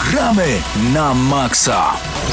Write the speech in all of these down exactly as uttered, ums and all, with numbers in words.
Gramy na maksa!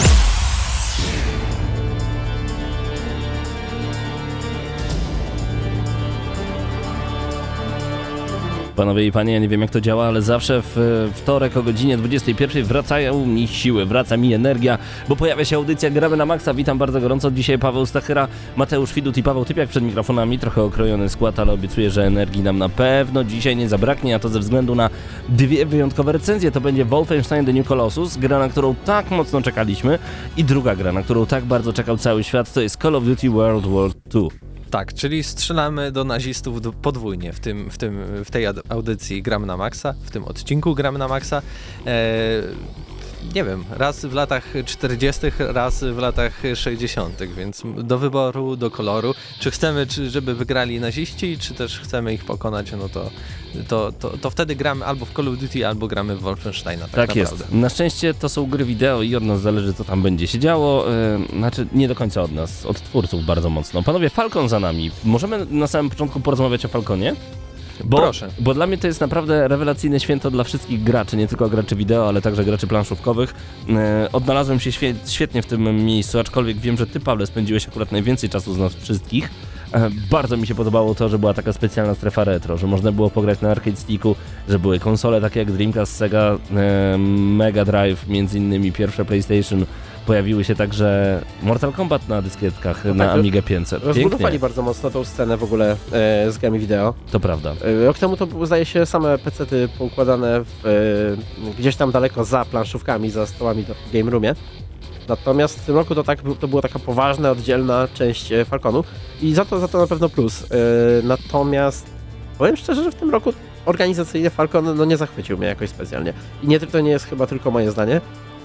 Panowie i panie, ja nie wiem jak to działa, ale zawsze w wtorek o godzinie dwudziestej pierwszej wracają mi siły, wraca mi energia, bo pojawia się audycja Gramy na maksa. Witam bardzo gorąco. Dzisiaj Paweł Stachyra, Mateusz Widut i Paweł Typiak przed mikrofonami. Trochę okrojony skład, ale obiecuję, że energii nam na pewno dzisiaj nie zabraknie, a to ze względu na dwie wyjątkowe recenzje. To będzie Wolfenstein The New Colossus, gra, na którą tak mocno czekaliśmy, i druga gra, na którą tak bardzo czekał cały świat, to jest Call of Duty World War Two. Tak, czyli strzelamy do nazistów podwójnie w, tym, w, tym, w tej audycji Gramy na maksa, w tym odcinku Gramy na maksa. Eee, nie wiem, raz w latach czterdziestych, raz w latach sześćdziesiątych, więc do wyboru, do koloru. Czy chcemy, czy żeby wygrali naziści, czy też chcemy ich pokonać, no to, to, to, to wtedy gramy albo w Call of Duty, albo gramy w Wolfensteina. Tak, tak naprawdę. jest. Na szczęście to są gry wideo i od nas zależy, co tam będzie się działo. Yy, znaczy, nie do końca od nas, od twórców bardzo mocno. Panowie, Falcon za nami. Możemy na samym początku porozmawiać o Falconie? Bo, Proszę. Bo dla mnie to jest naprawdę rewelacyjne święto dla wszystkich graczy, nie tylko graczy wideo, ale także graczy planszówkowych. E, odnalazłem się świe- świetnie w tym miejscu, aczkolwiek wiem, że ty, Pawle, spędziłeś akurat najwięcej czasu z nas wszystkich. E, bardzo mi się podobało to, że była taka specjalna strefa retro, że można było pograć na arcade sticku, że były konsole takie jak Dreamcast, Sega, e, Mega Drive, między innymi pierwsze PlayStation. Pojawiły się także Mortal Kombat na dyskietkach, no na tak, Amigę pięćset. Rozbudowali bardzo mocno tą scenę w ogóle e, z grami wideo. To prawda. E, rok temu to zdaje się same pecety poukładane w, e, gdzieś tam daleko za planszówkami, za stołami w game roomie. Natomiast w tym roku to, tak, to była taka poważna, oddzielna część e, Falconu i za to, za to na pewno plus. E, natomiast powiem szczerze, że w tym roku organizacyjnie Falcon no, nie zachwycił mnie jakoś specjalnie. I nie, to nie jest chyba tylko moje zdanie.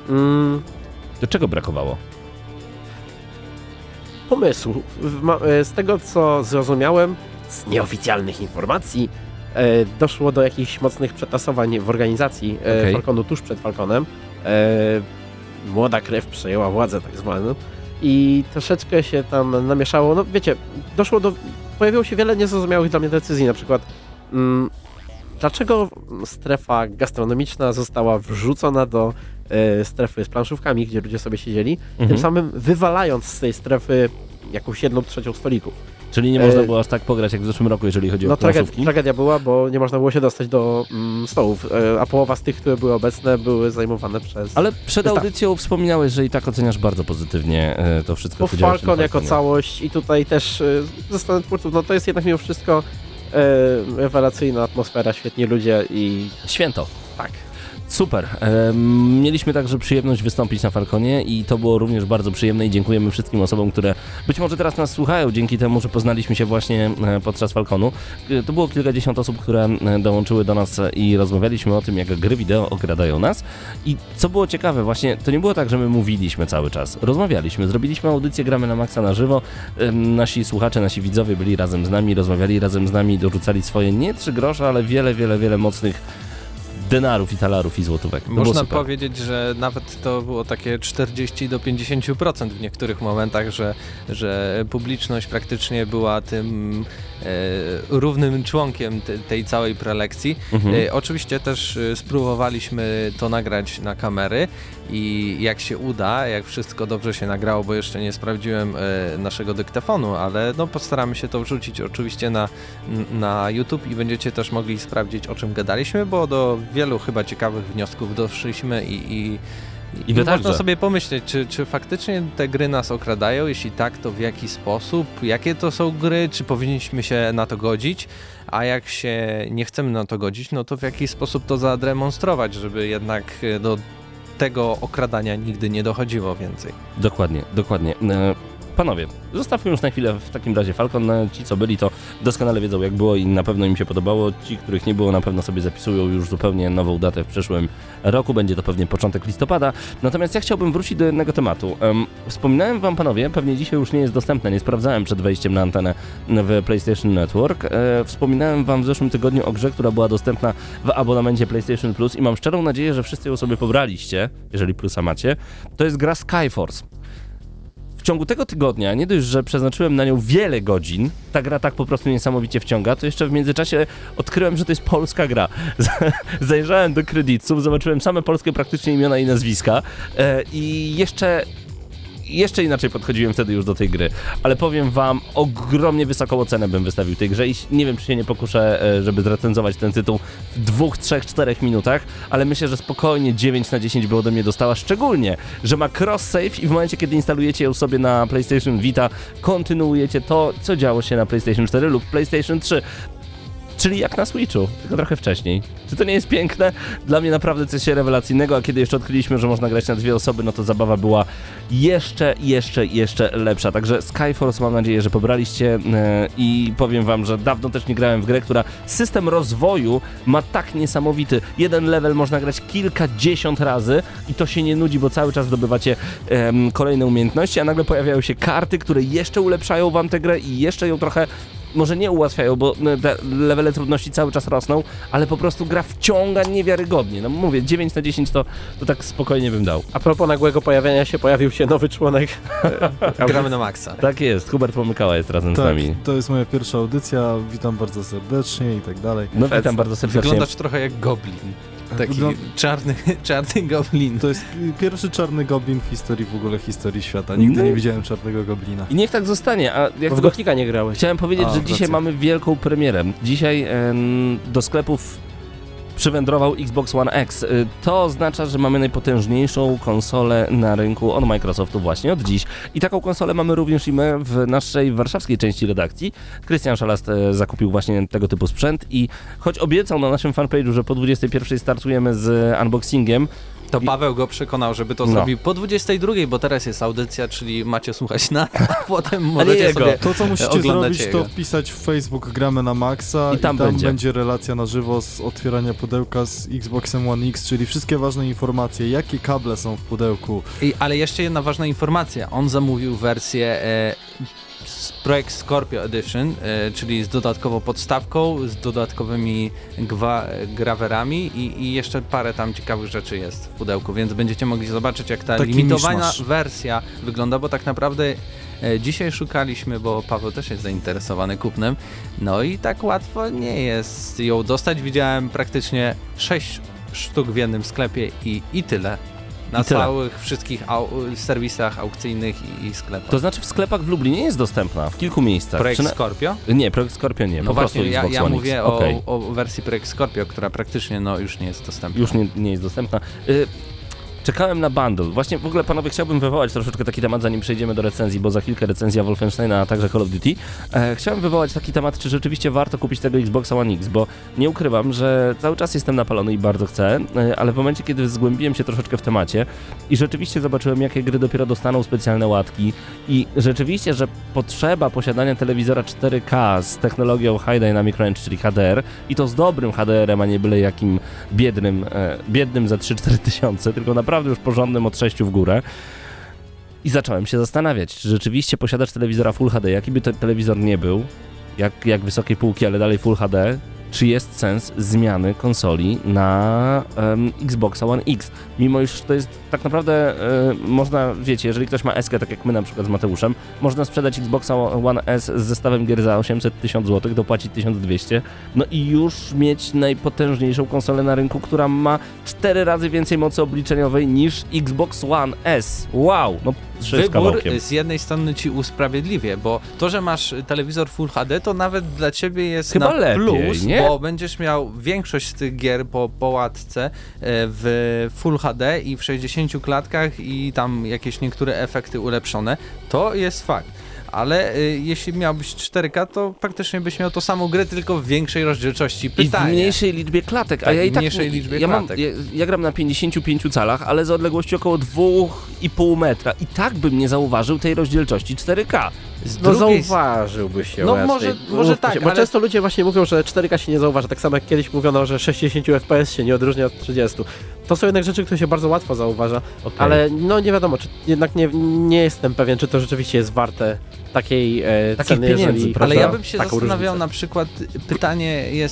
Mm. Do czego brakowało? Pomysłu. Z tego, co zrozumiałem, z nieoficjalnych informacji, doszło do jakichś mocnych przetasowań w organizacji okay. Falconu tuż przed Falconem. Młoda krew przejęła władzę tak zwaną i troszeczkę się tam namieszało. No wiecie, doszło do... Pojawiło się wiele niezrozumiałych dla mnie decyzji, na przykład mm, dlaczego strefa gastronomiczna została wrzucona do e, strefy z planszówkami, gdzie ludzie sobie siedzieli, mhm. tym samym wywalając z tej strefy jakąś jedną trzecią stolików. Czyli nie można było aż tak pograć jak w zeszłym roku, jeżeli chodzi no, o planszówki? No tragedia była, bo nie można było się dostać do mm, stołów, e, a połowa z tych, które były obecne, były zajmowane przez... Ale przed wystaw. audycją wspominałeś, że i tak oceniasz bardzo pozytywnie e, to wszystko, co działo się w Falcon jako całość i tutaj też e, ze strony twórców, no to jest jednak mimo wszystko e, rewelacyjna atmosfera, świetni ludzie i... Święto. Tak. Super. Mieliśmy także przyjemność wystąpić na Falconie i to było również bardzo przyjemne i dziękujemy wszystkim osobom, które być może teraz nas słuchają dzięki temu, że poznaliśmy się właśnie podczas Falconu. To było kilkadziesiąt osób, które dołączyły do nas i rozmawialiśmy o tym, jak gry wideo okradają nas. I co było ciekawe, właśnie to nie było tak, że my mówiliśmy cały czas. Rozmawialiśmy, zrobiliśmy audycję Gramy na maksa na żywo. Nasi słuchacze, nasi widzowie byli razem z nami, rozmawiali razem z nami, dorzucali swoje nie trzy grosze, ale wiele, wiele, wiele mocnych denarów i talarów i złotówek. To można powiedzieć, że nawet to było takie czterdzieści do pięćdziesięciu procent w niektórych momentach, że, że publiczność praktycznie była tym e, równym członkiem te, tej całej prelekcji. Mhm. E, oczywiście też e, spróbowaliśmy to nagrać na kamery i jak się uda, jak wszystko dobrze się nagrało, bo jeszcze nie sprawdziłem e, naszego dyktafonu, ale no postaramy się to wrzucić oczywiście na, na YouTube i będziecie też mogli sprawdzić, o czym gadaliśmy, bo do wielu chyba ciekawych wniosków doszliśmy i, i, i, i można sobie pomyśleć, czy, czy faktycznie te gry nas okradają, jeśli tak, to w jaki sposób, jakie to są gry, czy powinniśmy się na to godzić, a jak się nie chcemy na to godzić, no to w jaki sposób to zademonstrować, żeby jednak do tego okradania nigdy nie dochodziło więcej. Dokładnie, dokładnie. Panowie, zostawmy już na chwilę w takim razie Falcon. Ci, co byli, to doskonale wiedzą, jak było i na pewno im się podobało. Ci, których nie było, na pewno sobie zapisują już zupełnie nową datę w przyszłym roku. Będzie to pewnie początek listopada. Natomiast ja chciałbym wrócić do jednego tematu. Um, wspominałem wam, panowie, pewnie dzisiaj już nie jest dostępne, nie sprawdzałem przed wejściem na antenę w PlayStation Network. E, wspominałem wam w zeszłym tygodniu o grze, która była dostępna w abonamencie PlayStation Plus i mam szczerą nadzieję, że wszyscy ją sobie pobraliście, jeżeli plusa macie. To jest gra Skyforce. w ciągu tego tygodnia, nie dość, że przeznaczyłem na nią wiele godzin, ta gra tak po prostu niesamowicie wciąga, to jeszcze w międzyczasie odkryłem, że to jest polska gra. Zajrzałem do kredytów, zobaczyłem same polskie praktycznie imiona i nazwiska e, i jeszcze... Jeszcze inaczej podchodziłem wtedy już do tej gry, ale powiem wam, ogromnie wysoką ocenę bym wystawił tej grze i nie wiem, czy się nie pokuszę, żeby zrecenzować ten tytuł w dwóch, trzech, czterech minutach, ale myślę, że spokojnie dziewięć na dziesięć by ode mnie dostała, szczególnie, że ma cross-save i w momencie, kiedy instalujecie ją sobie na PlayStation Vita, kontynuujecie to, co działo się na PlayStation cztery lub PlayStation trzy. Czyli jak na Switchu, tylko trochę wcześniej. Czy to nie jest piękne? Dla mnie naprawdę coś rewelacyjnego, a kiedy jeszcze odkryliśmy, że można grać na dwie osoby, no to zabawa była jeszcze, jeszcze, jeszcze lepsza. Także Skyforce mam nadzieję, że pobraliście yy, i powiem wam, że dawno też nie grałem w grę, która system rozwoju ma tak niesamowity. Jeden level można grać kilkadziesiąt razy i to się nie nudzi, bo cały czas zdobywacie yy, kolejne umiejętności, a nagle pojawiają się karty, które jeszcze ulepszają wam tę grę i jeszcze ją trochę może nie ułatwiają, bo te levele trudności cały czas rosną, ale po prostu gra wciąga niewiarygodnie. No mówię, dziewięć na dziesięć to, to tak spokojnie bym dał. A propos nagłego pojawienia się, pojawił się nowy członek. Gramy na maksa. Tak jest, Hubert Pomykała jest razem tak, z nami. To jest moja pierwsza audycja, witam bardzo serdecznie i tak dalej. No witam bardzo serdecznie. Wyglądasz trochę jak goblin. Taki Wygląd... czarny, czarny goblin. To jest pierwszy czarny goblin w historii w ogóle historii świata. Nigdy no. nie widziałem czarnego goblina. I niech tak zostanie. A jak Bo w to... Gothica nie grałeś. Chciałem powiedzieć, A, że dzisiaj racja. mamy wielką premierę. Dzisiaj em, do sklepów przywędrował Xbox One X. To oznacza, że mamy najpotężniejszą konsolę na rynku od Microsoftu właśnie od dziś. I taką konsolę mamy również i my w naszej warszawskiej części redakcji. Krystian Szalast e, zakupił właśnie tego typu sprzęt i choć obiecał na naszym fanpage'u, że po dwudziestej pierwszej startujemy z unboxingiem, To Paweł go przekonał, żeby to No. zrobił po dwudziestej drugiej, bo teraz jest audycja, czyli macie słuchać na, a potem możecie jego. sobie To, co musicie oglądać zrobić, jego. to wpisać w Facebook Gramy na Maxa I tam tam będzie. będzie relacja na żywo z otwierania pudełka z Xboxem One X, czyli wszystkie ważne informacje, jakie kable są w pudełku. I, ale jeszcze jedna ważna informacja. On zamówił wersję e, z Projekt Scorpio Edition, e, czyli z dodatkową podstawką, z dodatkowymi gwa, grawerami i, i jeszcze parę tam ciekawych rzeczy jest w pudełku, więc będziecie mogli zobaczyć, jak ta Taki limitowana miszmasz. wersja wygląda, bo tak naprawdę e, dzisiaj szukaliśmy, bo Paweł też jest zainteresowany kupnem, no i tak łatwo nie jest ją dostać. Widziałem praktycznie sześć sztuk w jednym sklepie i, i tyle. Na I tyle. całych wszystkich au serwisach aukcyjnych i, i sklepach. to znaczy w sklepach w Lublinie jest dostępna, w kilku miejscach. Projekt Przyna- Scorpio? Nie, Projekt Scorpio nie, No po właśnie, prostu ja, Xbox ja One mówię X. o, Okej. o wersji Projekt Scorpio, która praktycznie no, już nie jest dostępna. Już nie, nie jest dostępna. Y, czekałem na bundle. Właśnie w ogóle, panowie, chciałbym wywołać troszeczkę taki temat, zanim przejdziemy do recenzji, bo za chwilkę recenzja Wolfensteina, a także Call of Duty. E, chciałem wywołać taki temat, czy rzeczywiście warto kupić tego Xboxa One X, bo nie ukrywam, że cały czas jestem napalony i bardzo chcę, e, ale w momencie, kiedy zgłębiłem się troszeczkę w temacie i rzeczywiście zobaczyłem, jakie gry dopiero dostaną specjalne łatki i rzeczywiście, że potrzeba posiadania telewizora cztery K z technologią High Dynamic Range, czyli H D R, i to z dobrym H D R-em, a nie byle jakim biednym, e, biednym za trzy cztery tysiące, tylko naprawdę już porządnym od sześciu w górę. I zacząłem się zastanawiać, czy rzeczywiście posiadacz telewizora Full H D, jaki by to telewizor nie był, jak, jak wysokiej półki, ale dalej Full H D, czy jest sens zmiany konsoli na um, Xboxa One X. Mimo iż to jest tak naprawdę, y, można, wiecie, jeżeli ktoś ma S-kę, tak jak my na przykład z Mateuszem, można sprzedać Xboxa One S z zestawem gier za osiemset tysięcy złotych, dopłacić tysiąc dwieście, no i już mieć najpotężniejszą konsolę na rynku, która ma cztery razy więcej mocy obliczeniowej niż Xbox One S. Wow! No, trzy z Wybór kawałkiem. z jednej strony ci usprawiedliwie, bo to, że masz telewizor Full H D, to nawet dla ciebie jest Chyba na lepiej, plus, nie? bo będziesz miał większość z tych gier po, po łatce e, w Full H D i w sześćdziesięciu klatkach i tam jakieś niektóre efekty ulepszone. To jest fakt. Ale y, jeśli miałbyś cztery K, to praktycznie byś miał to samo grę, tylko w większej rozdzielczości. Pytanie. I w mniejszej liczbie klatek, a Tak, ja i w tak mniejszej liczbie ja, mam, klatek. ja, ja gram na pięćdziesięciu pięciu calach, ale z odległości około dwa i pół metra i tak bym nie zauważył tej rozdzielczości cztery K. Z No drugiej zauważyłbyś się No raczej. może- może Mówmy tak, się, bo ale- często ludzie właśnie mówią, że cztery K się nie zauważa, tak samo jak kiedyś mówiono, że sześćdziesiąt F P S się nie odróżnia od trzydziestu. To są jednak rzeczy, które się bardzo łatwo zauważa, Okay. ale no nie wiadomo, czy jednak nie, nie jestem pewien, czy to rzeczywiście jest warte takiej e, Takich ceny, pieniędzy, jeżeli prawda? Ale ja bym się taką zastanawiał różnicę. na przykład, pytanie jest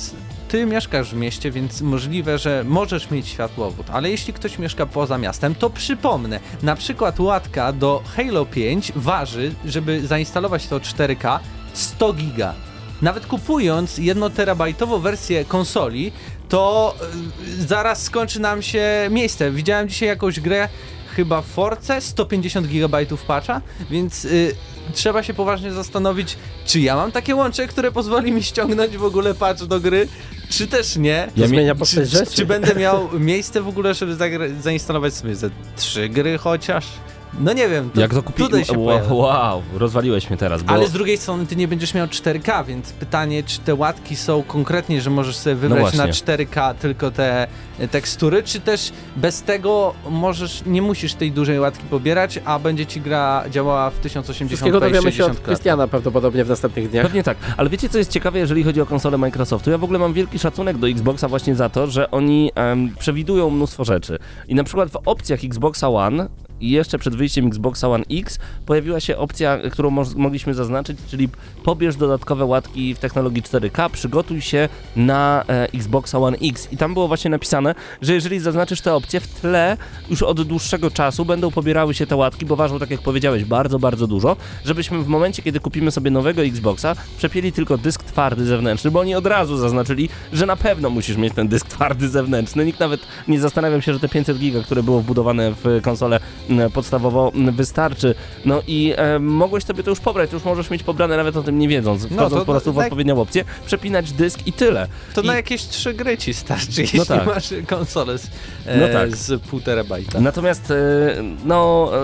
ty mieszkasz w mieście, więc możliwe, że możesz mieć światłowód, ale jeśli ktoś mieszka poza miastem, to przypomnę, na przykład łatka do Halo pięć waży, żeby zainstalować to cztery K, sto giga. Nawet kupując jednoterabajtową wersję konsoli, to yy, zaraz skończy nam się miejsce. Widziałem dzisiaj jakąś grę, chyba w Force, sto pięćdziesiąt gigabajtów patcha, więc yy, trzeba się poważnie zastanowić, czy ja mam takie łącze, które pozwoli mi ściągnąć w ogóle patch do gry, czy też nie. To zmienia Czy, postać czy, rzeczy. czy będę miał miejsce w ogóle, żeby zagra- zainstalować sobie ze trzy gry chociaż? No nie wiem, to Jak to kupić? tutaj się pojawia. Wow, wow, rozwaliłeś mnie teraz, bo... Ale z drugiej strony ty nie będziesz miał cztery K, więc pytanie, czy te łatki są konkretnie, że możesz sobie wybrać właśnie. na cztery K tylko te e, tekstury, czy też bez tego możesz, nie musisz tej dużej łatki pobierać, a będzie ci gra działała w tysiąc osiemdziesiąt Wszystkiego p i dowiemy się od sześćdziesiąt klatek. Krystiana prawdopodobnie w następnych dniach. Pewnie tak, ale wiecie co jest ciekawe, jeżeli chodzi o konsolę Microsoftu? Ja w ogóle mam wielki szacunek do Xboxa właśnie za to, że oni em, przewidują mnóstwo rzeczy. I na przykład w opcjach Xboxa One i jeszcze przed wyjściem Xboxa One X pojawiła się opcja, którą mo- mogliśmy zaznaczyć, czyli pobierz dodatkowe łatki w technologii cztery K, przygotuj się na e, Xboxa One X. I tam było właśnie napisane, że jeżeli zaznaczysz tę opcję, w tle już od dłuższego czasu będą pobierały się te łatki, bo ważą, tak jak powiedziałeś, bardzo, bardzo dużo, żebyśmy w momencie, kiedy kupimy sobie nowego Xboxa, przepięli tylko dysk twardy zewnętrzny, bo oni od razu zaznaczyli, że na pewno musisz mieć ten dysk twardy zewnętrzny. Nikt nawet nie zastanawiał się, że te pięćset giga, które było wbudowane w konsolę m, podstawowo m, wystarczy. No i e, mogłeś sobie to już pobrać, to już możesz mieć pobrane nawet o tym nie wiedząc, wchodząc to- po prostu w tak- odpowiednią opcję, przepinać dysk i tyle. To I- na jakieś trzy gry ci starczy, jeśli tak. masz konsolę z, e, No tak. z pół terabajta. Natomiast, e, no, e,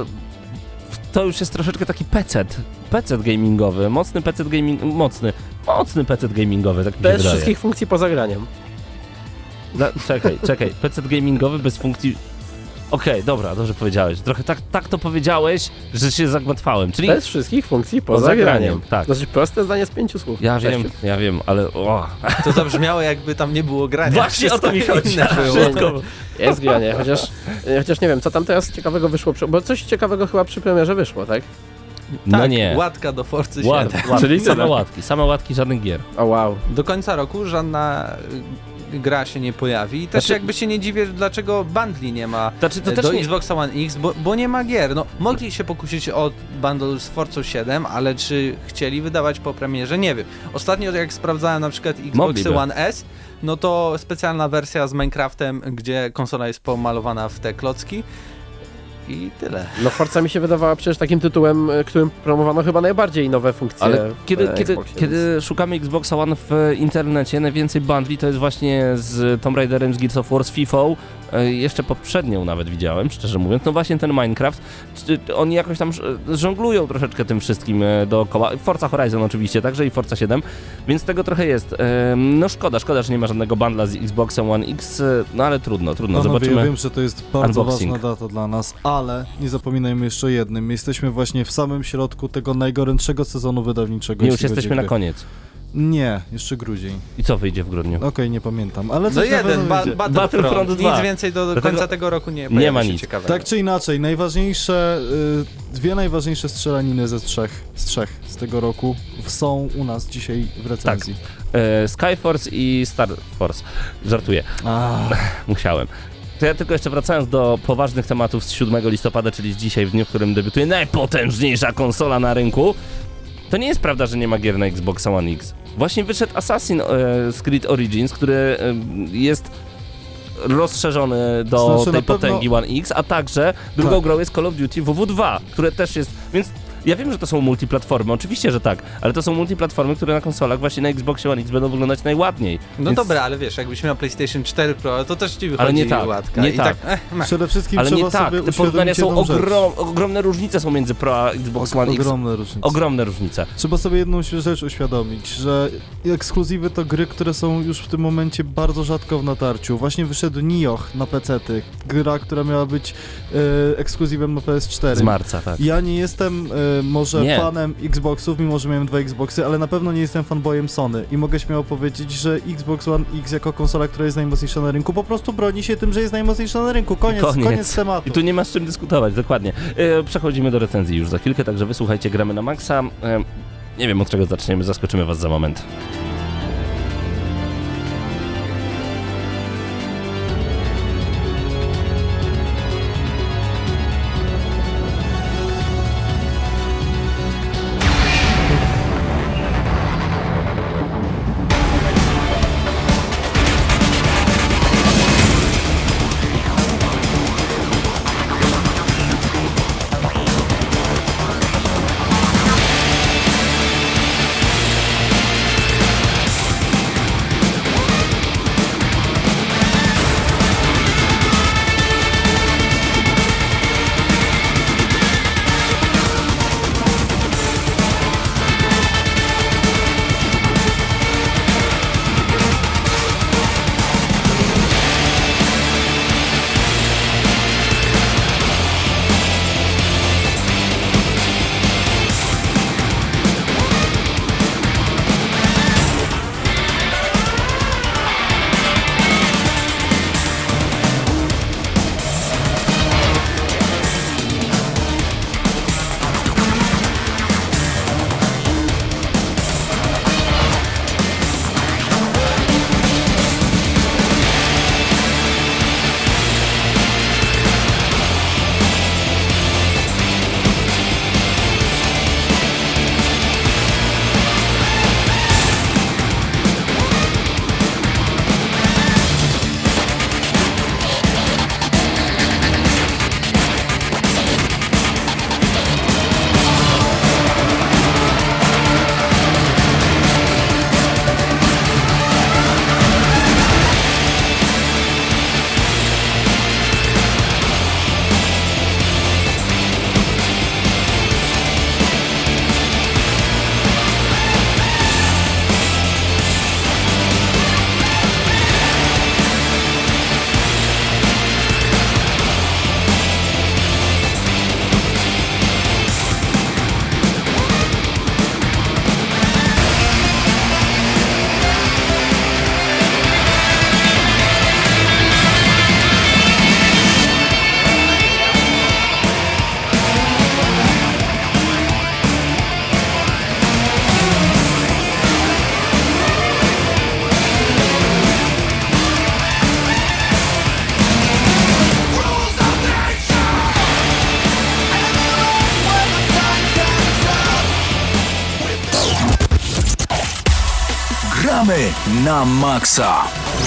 to już jest troszeczkę taki pecet, pecet gamingowy, mocny pecet gaming, mocny, mocny pecet gamingowy, tak mi się Bez wydaje. wszystkich funkcji poza graniem. Da, czekaj, czekaj, pecet gamingowy bez funkcji... Okej, dobra, dobrze powiedziałeś. Trochę tak, tak to powiedziałeś, że się zagmatwałem, czyli... Bez wszystkich funkcji poza, Poza graniem. graniem, tak. Znaczy proste zdanie z pięciu słów. Ja wiem, Sześciu. ja wiem, ale... O. To zabrzmiało, jakby tam nie było grania. Właśnie o to mi Wszystko chodzi. inne było. Wszystko. Jest granie, chociaż, chociaż nie wiem, co tam teraz ciekawego wyszło, przy- bo coś ciekawego chyba przy premierze wyszło, tak? No Tak, nie. łatka do Forcy Ład, siedem. ład, Czyli same tyle. łatki, same łatki, żadnych gier. O wow. Do końca roku żadna y, gra się nie pojawi i też Znaczy- jakby się nie dziwię, dlaczego bundli nie ma Znaczy, to e, też do nie... Xboxa One X, bo, bo nie ma gier. No, mogli się pokusić o bundle z Forcą siedem, ale czy chcieli wydawać po premierze? Nie wiem. Ostatnio jak sprawdzałem na przykład Xbox Mogliby. One S, no to specjalna wersja z Minecraftem, gdzie konsola jest pomalowana w te klocki i tyle. No Forza mi się wydawała przecież takim tytułem, y, którym promowano chyba najbardziej nowe funkcje. Ale kiedy, w kiedy, Xboxie, więc- kiedy szukamy Xboxa One w internecie, najwięcej bundli to jest właśnie z Tomb Raiderem, z Gears of War, z FIFA, e, jeszcze poprzednią nawet widziałem, szczerze mówiąc, no właśnie ten Minecraft, czy- oni jakoś tam ż- żonglują troszeczkę tym wszystkim e, dookoła, Forza Horizon oczywiście, także i Forza siedem, więc tego trochę jest. E, No szkoda, szkoda, że nie ma żadnego bundla z Xboxem One X, e, no ale trudno, trudno, Panowie, zobaczymy. ja wiem, że to jest bardzo Unboxing. ważna data dla nas, ale nie zapominajmy jeszcze jednym. Jesteśmy właśnie w samym środku tego najgorętszego sezonu wydawniczego. Nie, już jeśli chodzi jesteśmy o na gry. koniec. Nie, jeszcze grudziej. I co wyjdzie w grudniu? Okej, nie pamiętam, ale No coś na jeden, pewno ba- wyjdzie. Battlefront, Battlefront dwa. nic więcej do Dlatego końca tego roku nie, nie pojawi ma się nic. ciekawego. Tak czy inaczej, najważniejsze, y, dwie najważniejsze strzelaniny ze trzech, z trzech z tego roku są u nas dzisiaj w recenzji. E, Skyforce i Star Force. Żartuję. Ah. Musiałem. To ja tylko jeszcze wracając do poważnych tematów z siódmego listopada, czyli z dzisiaj, w dniu, w którym debiutuje najpotężniejsza konsola na rynku, to nie jest prawda, że nie ma gier na Xbox One X. Właśnie wyszedł Assassin's Creed Origins, który e, jest rozszerzony do Znaczy, tej na pewno- potęgi One X, a także drugą Tak. grą jest Call of Duty W W dwa, które też jest, więc ja wiem, że to są multiplatformy, oczywiście, że tak, ale to są multiplatformy, które na konsolach właśnie na Xboxie One X będą wyglądać najładniej. No Więc- dobra, ale wiesz, jakbyś miał PlayStation cztery Pro, to też ci wychodzi Ale nie tak, łatka. nie I tak. eh, meh. Przede wszystkim Ale trzeba nie tak, sobie te porównania uświadomić są jedną rzecz. ogrom, ogromne różnice są między Pro a Xbox One X. Ogromne różnice. Ogromne różnice. Trzeba sobie jedną rzecz uświadomić, że ekskluzywy to gry, które są już w tym momencie bardzo rzadko w natarciu. Właśnie wyszedł Nioh na pecety, gra, która miała być e, ekskluzywem na P S cztery. Z marca, tak. Ja nie jestem e, może Nie. fanem Xboxów, mimo że miałem dwa Xboxy, ale na pewno nie jestem fanboyem Sony i mogę śmiało powiedzieć, że Xbox One X jako konsola, która jest najmocniejsza na rynku, po prostu broni się tym, że jest najmocniejsza na rynku. Koniec, Koniec. koniec, tematu. I tu nie ma z czym dyskutować, dokładnie. E, przechodzimy do recenzji już za chwilkę, także wysłuchajcie, gramy na maksa. E, nie wiem, od czego zaczniemy, zaskoczymy was za moment. Gramy na maksa!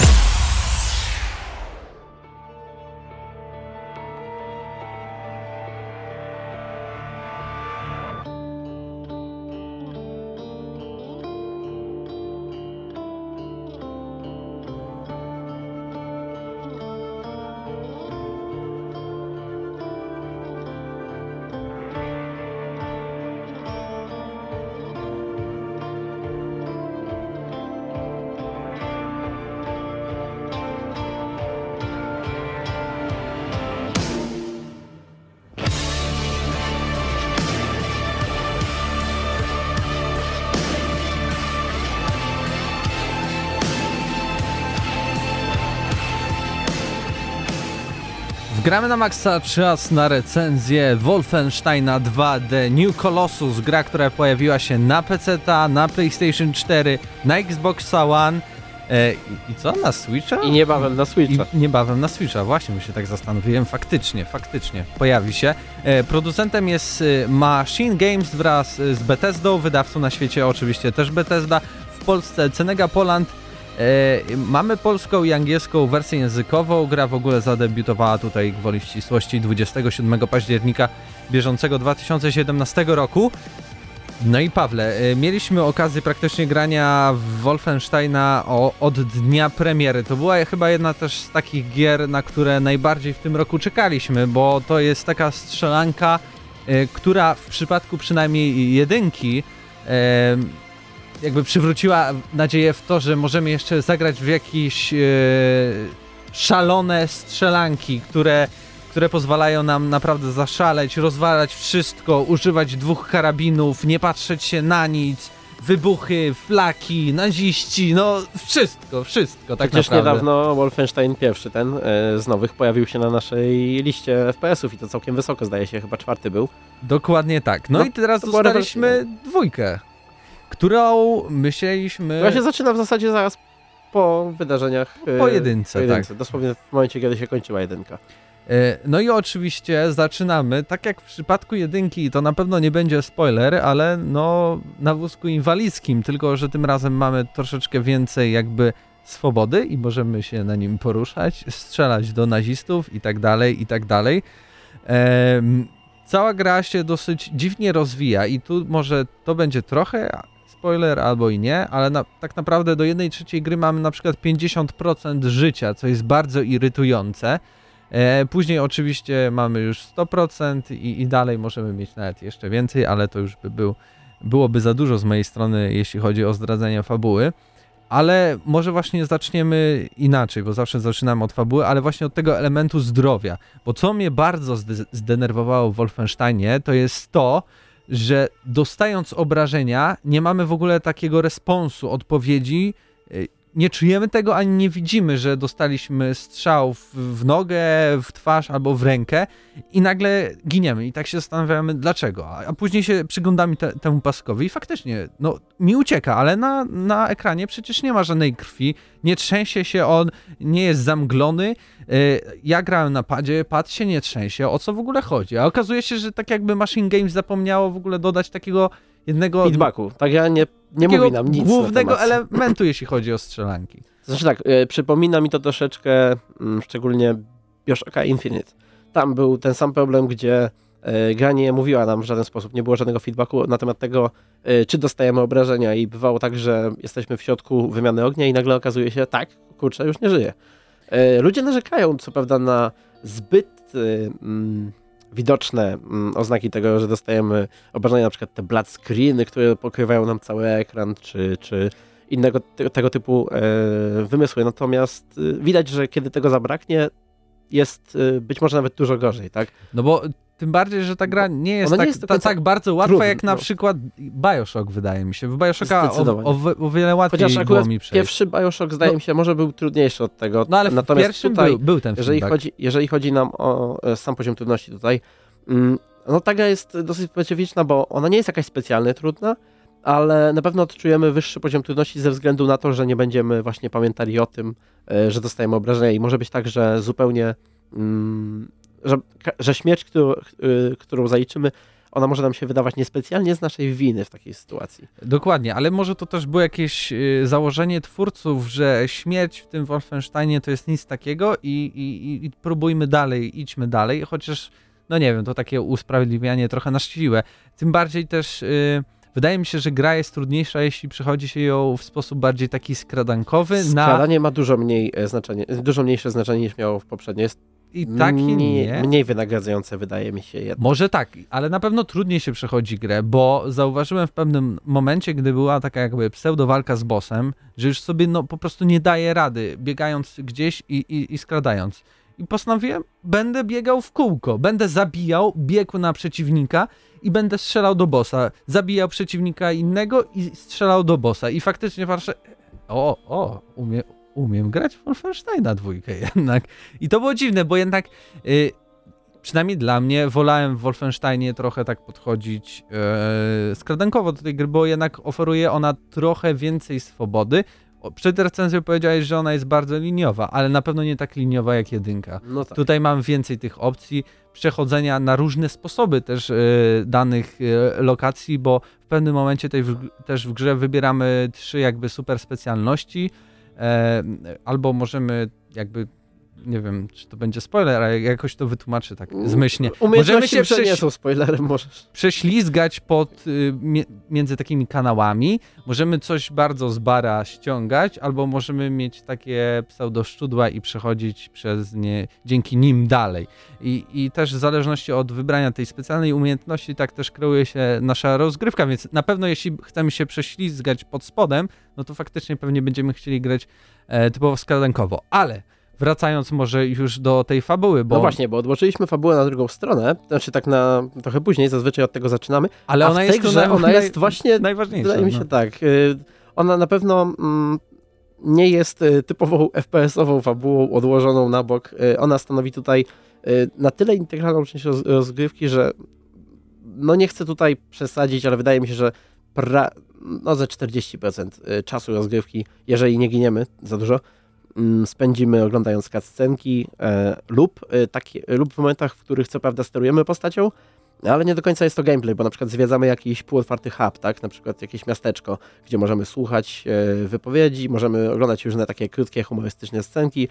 Gramy na maksa, czas na recenzję Wolfensteina dwa The New Colossus, gra, która pojawiła się na peceta, na PlayStation cztery, na Xboxa One e, i, i co? Na Switcha? I niebawem na Switcha. I niebawem na Switcha, właśnie my się tak zastanowiłem, faktycznie, faktycznie pojawi się. E, producentem jest e, Machine Games wraz z Bethesdą, wydawcą na świecie oczywiście też Bethesda, w Polsce Cenega Poland. E, mamy polską i angielską wersję językową, gra w ogóle zadebiutowała tutaj gwoli ścisłości dwudziestego siódmego października bieżącego dwa tysiące siedemnastego roku. No i Pawle, e, mieliśmy okazję praktycznie grania w Wolfensteina o, od dnia premiery. To była chyba jedna też z takich gier, na które najbardziej w tym roku czekaliśmy, bo to jest taka strzelanka, e, która w przypadku przynajmniej jedynki e, jakby przywróciła nadzieję w to, że możemy jeszcze zagrać w jakieś e, szalone strzelanki, które, które pozwalają nam naprawdę zaszaleć, rozwalać wszystko, używać dwóch karabinów, nie patrzeć się na nic, wybuchy, flaki, naziści, no wszystko, wszystko tak Przecież naprawdę. niedawno Wolfenstein pierwszy, ten e, z nowych, pojawił się na naszej liście F P S ów i to całkiem wysoko, zdaje się, chyba czwarty był. Dokładnie tak. No, No, i teraz to była dostaliśmy dwójkę, którą myśleliśmy... Która się zaczyna w zasadzie zaraz po wydarzeniach. e, Po jedynce, po jedynce. tak. Dosłownie w momencie, kiedy się kończyła jedynka. E, No i oczywiście zaczynamy, tak jak w przypadku jedynki, to na pewno nie będzie spoiler, ale no na wózku inwalidzkim, tylko że tym razem mamy troszeczkę więcej jakby swobody i możemy się na nim poruszać, strzelać do nazistów i tak dalej, i tak dalej. Em, Cała gra się dosyć dziwnie rozwija i tu może to będzie trochę spoiler albo i nie, ale na, tak naprawdę do jednej trzeciej gry mamy na przykład pięćdziesiąt procent życia, co jest bardzo irytujące. E, później oczywiście mamy już sto procent i, i dalej możemy mieć nawet jeszcze więcej, ale to już by był, byłoby za dużo z mojej strony, jeśli chodzi o zdradzenie fabuły. Ale może właśnie zaczniemy inaczej, bo zawsze zaczynamy od fabuły, ale właśnie od tego elementu zdrowia. Bo co mnie bardzo zde- zdenerwowało w Wolfensteinie, to jest to, że dostając obrażenia nie mamy w ogóle takiego responsu, odpowiedzi. Nie czujemy tego, ani nie widzimy, że dostaliśmy strzał w, w nogę, w twarz albo w rękę i nagle giniemy. I tak się zastanawiamy, dlaczego. A, a później się przyglądamy te, temu paskowi i faktycznie, no, mi ucieka, ale na, na ekranie przecież nie ma żadnej krwi, nie trzęsie się on, nie jest zamglony. Yy, ja grałem na padzie, pad się nie trzęsie. O co w ogóle chodzi? A okazuje się, że tak jakby Machine Games zapomniało w ogóle dodać takiego jednego... Feedbacku. Tak ja nie, nie takiego mówi nam nic głównego na temat. elementu, jeśli chodzi o strzelanki. Znaczy tak, e, przypomina mi to troszeczkę, m, szczególnie Bioshocka Infinite. Tam był ten sam problem, gdzie e, gra nie mówiła nam w żaden sposób, nie było żadnego feedbacku na temat tego, e, czy dostajemy obrażenia i bywało tak, że jesteśmy w środku wymiany ognia i nagle okazuje się, tak, kurczę, już nie żyje. E, ludzie narzekają, co prawda, na zbyt e, mm, widoczne mm, oznaki tego, że dostajemy obrażenia, na przykład te black screeny, które pokrywają nam cały ekran, czy, czy innego te, tego typu e, wymysły. Natomiast e, widać, że kiedy tego zabraknie, jest e, być może nawet dużo gorzej, tak? No bo tym bardziej, że ta gra nie jest, Ona tak, nie jest do ta, końca tak bardzo łatwa trudna, jak na no. przykład Bioshock, wydaje mi się. W Bioshocka o, Zdecydowanie. o, o wiele łatwiej Chociaż było akurat mi przejść. pierwszy Bioshock, zdaje No. mi się, może był trudniejszy od tego. No ale w Natomiast pierwszym tutaj, był, był ten jeżeli feedback. chodzi, jeżeli chodzi nam o e, sam poziom trudności tutaj, mm, no ta gra jest dosyć specyficzna, bo ona nie jest jakaś specjalnie trudna, ale na pewno odczujemy wyższy poziom trudności ze względu na to, że nie będziemy właśnie pamiętali o tym, e, że dostajemy obrażenia i może być tak, że zupełnie, mm, że, że śmierć, którą, y, którą zaliczymy, ona może nam się wydawać niespecjalnie z naszej winy w takiej sytuacji. Dokładnie, ale może to też było jakieś y, założenie twórców, że śmierć w tym Wolfensteinie to jest nic takiego i, i, i próbujmy dalej, idźmy dalej, chociaż, no nie wiem, to takie usprawiedliwianie trochę na siłę. Tym bardziej też y, wydaje mi się, że gra jest trudniejsza, jeśli przechodzi się ją w sposób bardziej taki skradankowy. Skradanie na... ma dużo mniej e, znaczenie, dużo mniejsze znaczenie niż miało w poprzedniej. Jest I tak i mniej, nie. mniej wynagradzające, wydaje mi się jednak. Może tak, ale na pewno trudniej się przechodzi grę, bo zauważyłem w pewnym momencie, gdy była taka jakby pseudowalka z bossem, że już sobie no po prostu nie daje rady, biegając gdzieś i, i, i skradając. I postanowiłem, będę biegał w kółko, będę zabijał, biegł na przeciwnika i będę strzelał do bossa. Zabijał przeciwnika innego i strzelał do bossa. I faktycznie patrzę, o, o, umie, umiem grać w Wolfensteina dwójkę jednak. I to było dziwne, bo jednak y, przynajmniej dla mnie wolałem w Wolfensteinie trochę tak podchodzić y, skradankowo do tej gry, bo jednak oferuje ona trochę więcej swobody. O, przed recenzją powiedziałeś, że ona jest bardzo liniowa, ale na pewno nie tak liniowa jak jedynka. No tak. Tutaj mam więcej tych opcji przechodzenia na różne sposoby też y, danych y, lokacji, bo w pewnym momencie tej w, też w grze wybieramy trzy jakby super specjalności, e, albo możemy jakby, nie wiem, czy to będzie spoiler, ale jakoś to wytłumaczę tak zmyślnie. Możemy Umiejętności się się nie prześ- są spoilerem, możesz. prześlizgać pod, y, mie- między takimi kanałami, możemy coś bardzo z bara ściągać, albo możemy mieć takie pseudoszczudła i przechodzić przez nie, dzięki nim dalej. I, I też w zależności od wybrania tej specjalnej umiejętności, tak też kreuje się nasza rozgrywka, więc na pewno jeśli chcemy się prześlizgać pod spodem, no to faktycznie pewnie będziemy chcieli grać e, typowo skradankowo, ale wracając może już do tej fabuły, bo... No właśnie, bo odłożyliśmy fabułę na drugą stronę, znaczy tak na trochę później, zazwyczaj od tego zaczynamy, ale a ona w tej jest grze naj- ona jest naj- właśnie, najważniejsza. wydaje mi się no. tak, y, ona na pewno mm, nie jest y, typową F P S-ową fabułą odłożoną na bok, y, ona stanowi tutaj y, na tyle integralną część roz, rozgrywki, że no nie chcę tutaj przesadzić, ale wydaje mi się, że pra, no ze czterdzieści procent czasu rozgrywki, jeżeli nie giniemy za dużo, spędzimy oglądając cutscenki e, lub, e, takie, lub w momentach, w których co prawda sterujemy postacią, ale nie do końca jest to gameplay, bo na przykład zwiedzamy jakiś półotwarty hub, tak? Na przykład jakieś miasteczko, gdzie możemy słuchać e, wypowiedzi, możemy oglądać różne takie krótkie, humorystyczne scenki.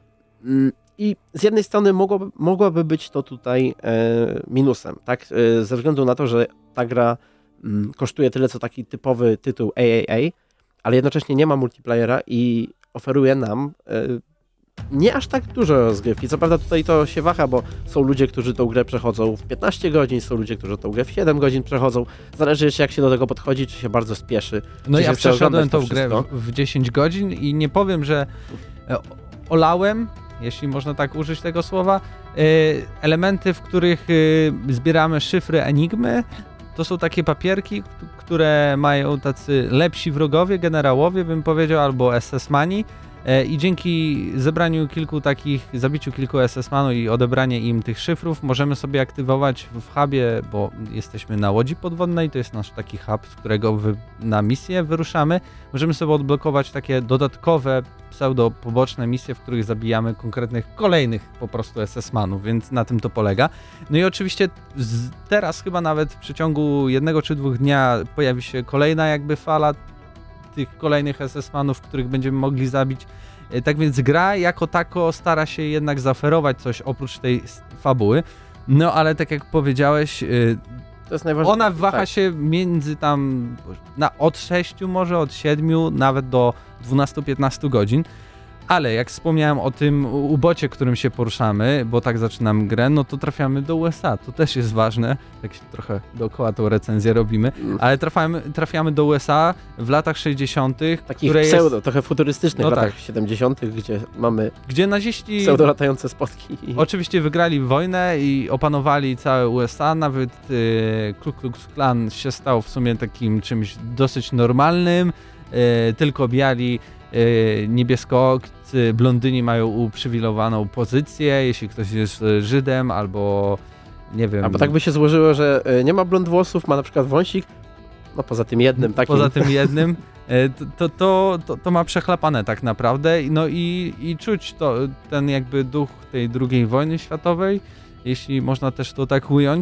Mm, I z jednej strony mogłoby, mogłoby być to tutaj e, minusem, tak? E, ze względu na to, że ta gra mm, kosztuje tyle, co taki typowy tytuł A A A, ale jednocześnie nie ma multiplayera i oferuje nam y, nie aż tak dużo rozgrywki. Co prawda tutaj to się waha, bo są ludzie, którzy tą grę przechodzą w piętnaście godzin, są ludzie, którzy tą grę w siedem godzin przechodzą. Zależy jeszcze jak się do tego podchodzi, czy się bardzo spieszy. No czy ja się chce przeszedłem oglądać to tą grę wszystko. w, w dziesięć godzin i nie powiem, że e, olałem, jeśli można tak użyć tego słowa, e, elementy, w których e, zbieramy szyfry enigmy. To są takie papierki, k- które mają tacy lepsi wrogowie, generałowie bym powiedział, albo S S-mani. E, I dzięki zebraniu kilku takich, zabiciu kilku S S-manów i odebranie im tych szyfrów, możemy sobie aktywować w hubie, bo jesteśmy na łodzi podwodnej, to jest nasz taki hub, z którego wy, na misję wyruszamy. Możemy sobie odblokować takie dodatkowe, pseudo-poboczne misje, w których zabijamy konkretnych, kolejnych po prostu S S-manów, więc na tym to polega. No i oczywiście z, teraz chyba nawet w przeciągu jednego czy dwóch dnia pojawi się kolejna jakby fala tych kolejnych S S-manów, których będziemy mogli zabić. Tak więc gra jako tako stara się jednak zaoferować coś oprócz tej fabuły. No ale tak jak powiedziałeś, To jest najważniejsze. ona waha tak. się między tam na, od sześciu może, od siedmiu, nawet do dwunastu piętnastu godzin. Ale jak wspomniałem o tym ubocie, którym się poruszamy, bo tak zaczynamy grę, no to trafiamy do U S A. To też jest ważne. Tak się trochę dookoła tą recenzję robimy. Ale trafiamy, trafiamy do U S A w latach sześćdziesiątych, Takich które pseudo, jest, trochę futurystycznych No latach tak. siedemdziesiątych, gdzie mamy gdzie naziści pseudo latające spotki. oczywiście wygrali wojnę i opanowali całe U S A. Nawet y, Ku Klux Klan się stał w sumie takim czymś dosyć normalnym. Y, tylko biali, y, niebieskoocy, blondyni mają uprzywilejowaną pozycję, jeśli ktoś jest y, Żydem albo nie wiem. Albo tak by się złożyło, że y, nie ma blond włosów, ma na przykład wąsik, no poza tym jednym takim. Poza tym jednym, e, to, to, to, to, to ma przechlapane tak naprawdę. No i, i czuć to, ten jakby duch tej drugiej wojny światowej, jeśli można też to tak ująć.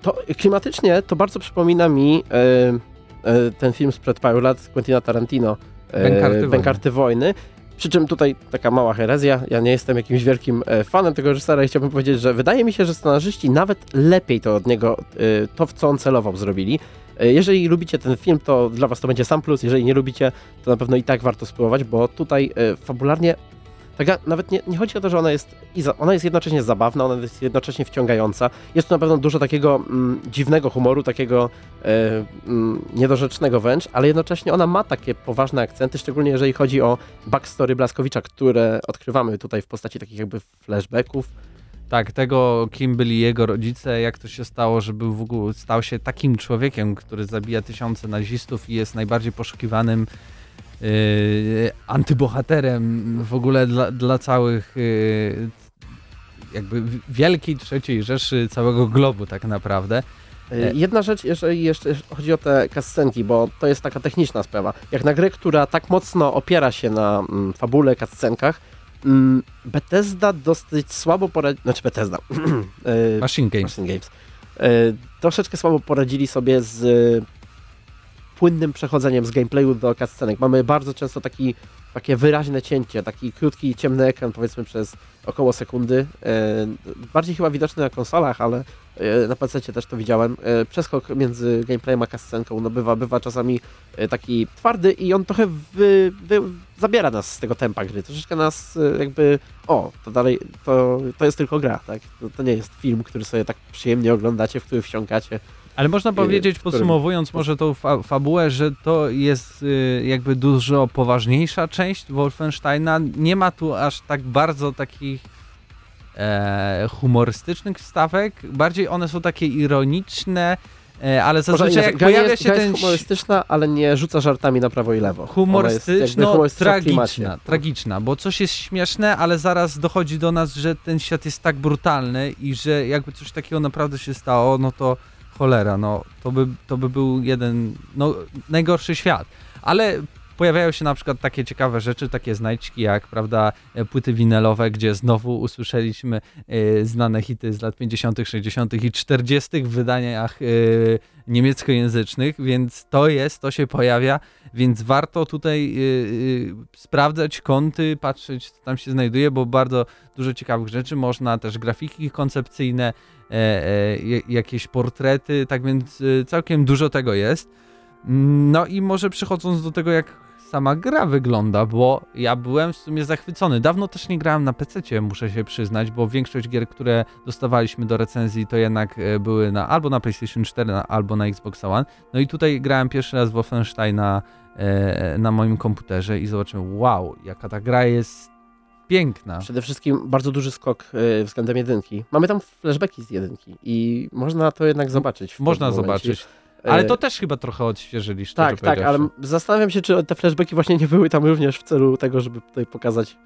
To klimatycznie to bardzo przypomina mi e, e, ten film sprzed paru lat Quentina Tarantino, e, Bękarty wojny. Bękarty wojny. Przy czym tutaj taka mała herezja, ja nie jestem jakimś wielkim e, fanem tego reżysera i chciałbym powiedzieć, że wydaje mi się, że scenarzyści nawet lepiej to od niego, e, to w co on celował, zrobili. E, jeżeli lubicie ten film, to dla was to będzie sam plus, jeżeli nie lubicie, to na pewno i tak warto spróbować, bo tutaj e, fabularnie taka, nawet nie, nie chodzi o to, że ona jest, ona jest jednocześnie zabawna, ona jest jednocześnie wciągająca. Jest tu na pewno dużo takiego mm, dziwnego humoru, takiego e, mm, niedorzecznego wręcz, ale jednocześnie ona ma takie poważne akcenty, szczególnie jeżeli chodzi o backstory Blaskowicza, które odkrywamy tutaj w postaci takich jakby flashbacków. Tak, tego, kim byli jego rodzice, jak to się stało, żeby w ogóle stał się takim człowiekiem, który zabija tysiące nazistów i jest najbardziej poszukiwanym Yy, antybohaterem w ogóle dla, dla całych yy, jakby wielkiej trzeciej Rzeszy, całego globu tak naprawdę. E, Jedna rzecz, jeżeli jeszcze chodzi o te cutscenki, bo to jest taka techniczna sprawa. Jak na grę, która tak mocno opiera się na mm, fabule, cutscenkach, mm, Bethesda dosyć słabo poradziła, znaczy Bethesda, e, Machine Games. Machine Games. E, troszeczkę słabo poradzili sobie z płynnym przechodzeniem z gameplayu do cutscenek. Mamy bardzo często taki, takie wyraźne cięcie, taki krótki, ciemny ekran, powiedzmy przez około sekundy. E, bardziej chyba widoczny na konsolach, ale e, na pececie też to widziałem. E, przeskok między gameplayem a cutscenką no bywa, bywa czasami e, taki twardy i on trochę wy, wy, zabiera nas z tego tempa gry. Troszeczkę nas e, jakby, o, to dalej, to, to jest tylko gra, tak? To, to nie jest film, który sobie tak przyjemnie oglądacie, w który wsiąkacie. Ale można powiedzieć, podsumowując może tą fa fabułę, że to jest y, jakby dużo poważniejsza część Wolfensteina. Nie ma tu aż tak bardzo takich e, humorystycznych wstawek. Bardziej one są takie ironiczne, e, ale zazwyczaj jak gra pojawia jest, się gra ten... jest humorystyczna, ale nie rzuca żartami na prawo i lewo. Humorystyczno-tragiczna, tragiczna, bo coś jest śmieszne, ale zaraz dochodzi do nas, że ten świat jest tak brutalny i że jakby coś takiego naprawdę się stało, no to cholera, no to by, to by był jeden, no najgorszy świat. Ale pojawiają się na przykład takie ciekawe rzeczy, takie znajdźki jak, prawda, płyty winylowe, gdzie znowu usłyszeliśmy e, znane hity z lat pięćdziesiątych, sześćdziesiątych i czterdziestych w wydaniach e, niemieckojęzycznych, więc to jest, to się pojawia, więc warto tutaj e, e, sprawdzać kąty, patrzeć, co tam się znajduje, bo bardzo dużo ciekawych rzeczy, można też grafiki koncepcyjne, e, e, jakieś portrety, tak więc e, całkiem dużo tego jest. No i może przechodząc do tego, jak sama gra wygląda, bo ja byłem w sumie zachwycony. Dawno też nie grałem na pececie, muszę się przyznać, bo większość gier, które dostawaliśmy do recenzji, to jednak były na, albo na PlayStation cztery, na, albo na Xbox One. No i tutaj grałem pierwszy raz w Wolfensteina e, na moim komputerze i zobaczyłem, wow, jaka ta gra jest piękna. Przede wszystkim bardzo duży skok y, względem jedynki. Mamy tam flashbacki z jedynki i można to jednak zobaczyć. W Można zobaczyć. Ale to też chyba trochę odświeżyli, szczerze Tak, tak, ale zastanawiam się, czy te flashbacki właśnie nie były tam również w celu tego, żeby tutaj pokazać,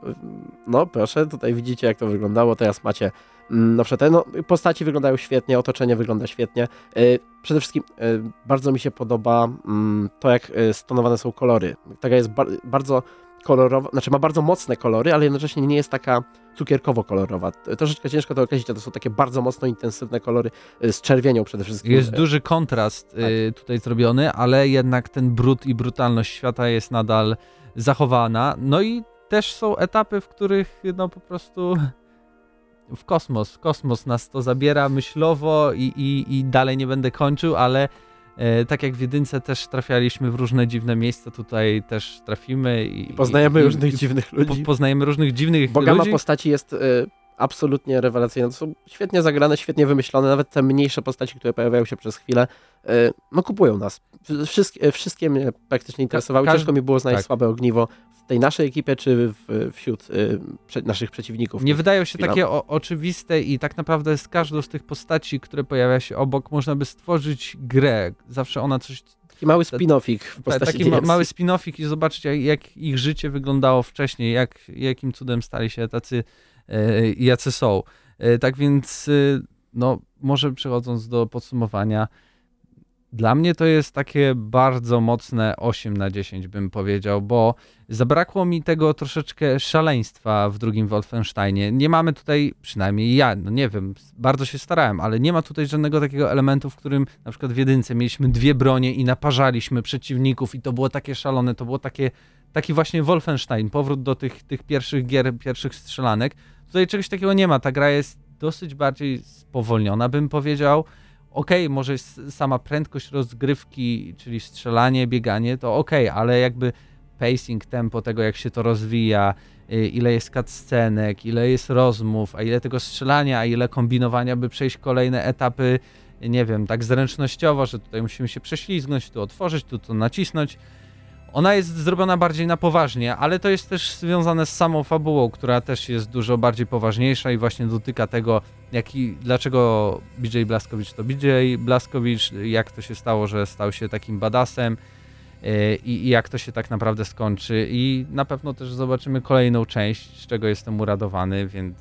no proszę, tutaj widzicie, jak to wyglądało, teraz macie nowsze te, no postaci wyglądają świetnie, otoczenie wygląda świetnie. Przede wszystkim bardzo mi się podoba to, jak stonowane są kolory. Taka jest ba bardzo kolorowa, znaczy ma bardzo mocne kolory, ale jednocześnie nie jest taka cukierkowo-kolorowa. Troszeczkę ciężko to określić, a to są takie bardzo mocno intensywne kolory z czerwienią przede wszystkim. Jest duży kontrast tak. y, tutaj zrobiony, ale jednak ten brud i brutalność świata jest nadal zachowana. No i też są etapy, w których no po prostu w kosmos, kosmos nas to zabiera myślowo i, i, i dalej nie będę kończył, ale E, tak jak w jedynce też trafialiśmy w różne dziwne miejsca, tutaj też trafimy. I, I poznajemy i, różnych i, dziwnych ludzi. Po, poznajemy różnych dziwnych Bo ludzi. gama postaci jest y, absolutnie rewelacyjna. To są świetnie zagrane, świetnie wymyślone. Nawet te mniejsze postaci, które pojawiają się przez chwilę, y, no kupują nas. Wszystkie, wszystkie mnie praktycznie interesowały. Każ... Ciężko mi było znaleźć tak. słabe ogniwo w tej naszej ekipie, czy w, wśród y, prze, naszych przeciwników. Nie wydają się Chwila. takie o, oczywiste i tak naprawdę z każdą z tych postaci, które pojawia się obok, można by stworzyć grę. Zawsze ona coś... Taki mały spin-offik w postaci Taki ma, D L C. mały spin-offik i zobaczyć, jak, jak ich życie wyglądało wcześniej, jak, jakim cudem stali się tacy, e, jacy są. E, tak więc, e, no, może przechodząc do podsumowania, Dla mnie to jest takie bardzo mocne osiem na dziesięć, bym powiedział, bo zabrakło mi tego troszeczkę szaleństwa w drugim Wolfensteinie. Nie mamy tutaj, przynajmniej ja, no nie wiem, bardzo się starałem, ale nie ma tutaj żadnego takiego elementu, w którym na przykład w jedynce mieliśmy dwie bronie i naparzaliśmy przeciwników i to było takie szalone, to było takie, taki właśnie Wolfenstein, powrót do tych, tych pierwszych gier, pierwszych strzelanek. Tutaj czegoś takiego nie ma, ta gra jest dosyć bardziej spowolniona, bym powiedział. Okej, okay, może jest sama prędkość rozgrywki, czyli strzelanie, bieganie, to okej, okay, ale jakby pacing, tempo tego, jak się to rozwija, ile jest cutscenek, ile jest rozmów, a ile tego strzelania, a ile kombinowania, by przejść kolejne etapy, nie wiem, tak zręcznościowo, że tutaj musimy się prześlizgnąć, tu otworzyć, tu to nacisnąć. Ona jest zrobiona bardziej na poważnie, ale to jest też związane z samą fabułą, która też jest dużo bardziej poważniejsza i właśnie dotyka tego, jak i, dlaczego B J Blazkowicz to B J Blazkowicz, jak to się stało, że stał się takim badassem yy, i jak to się tak naprawdę skończy. I na pewno też zobaczymy kolejną część, z czego jestem uradowany, więc,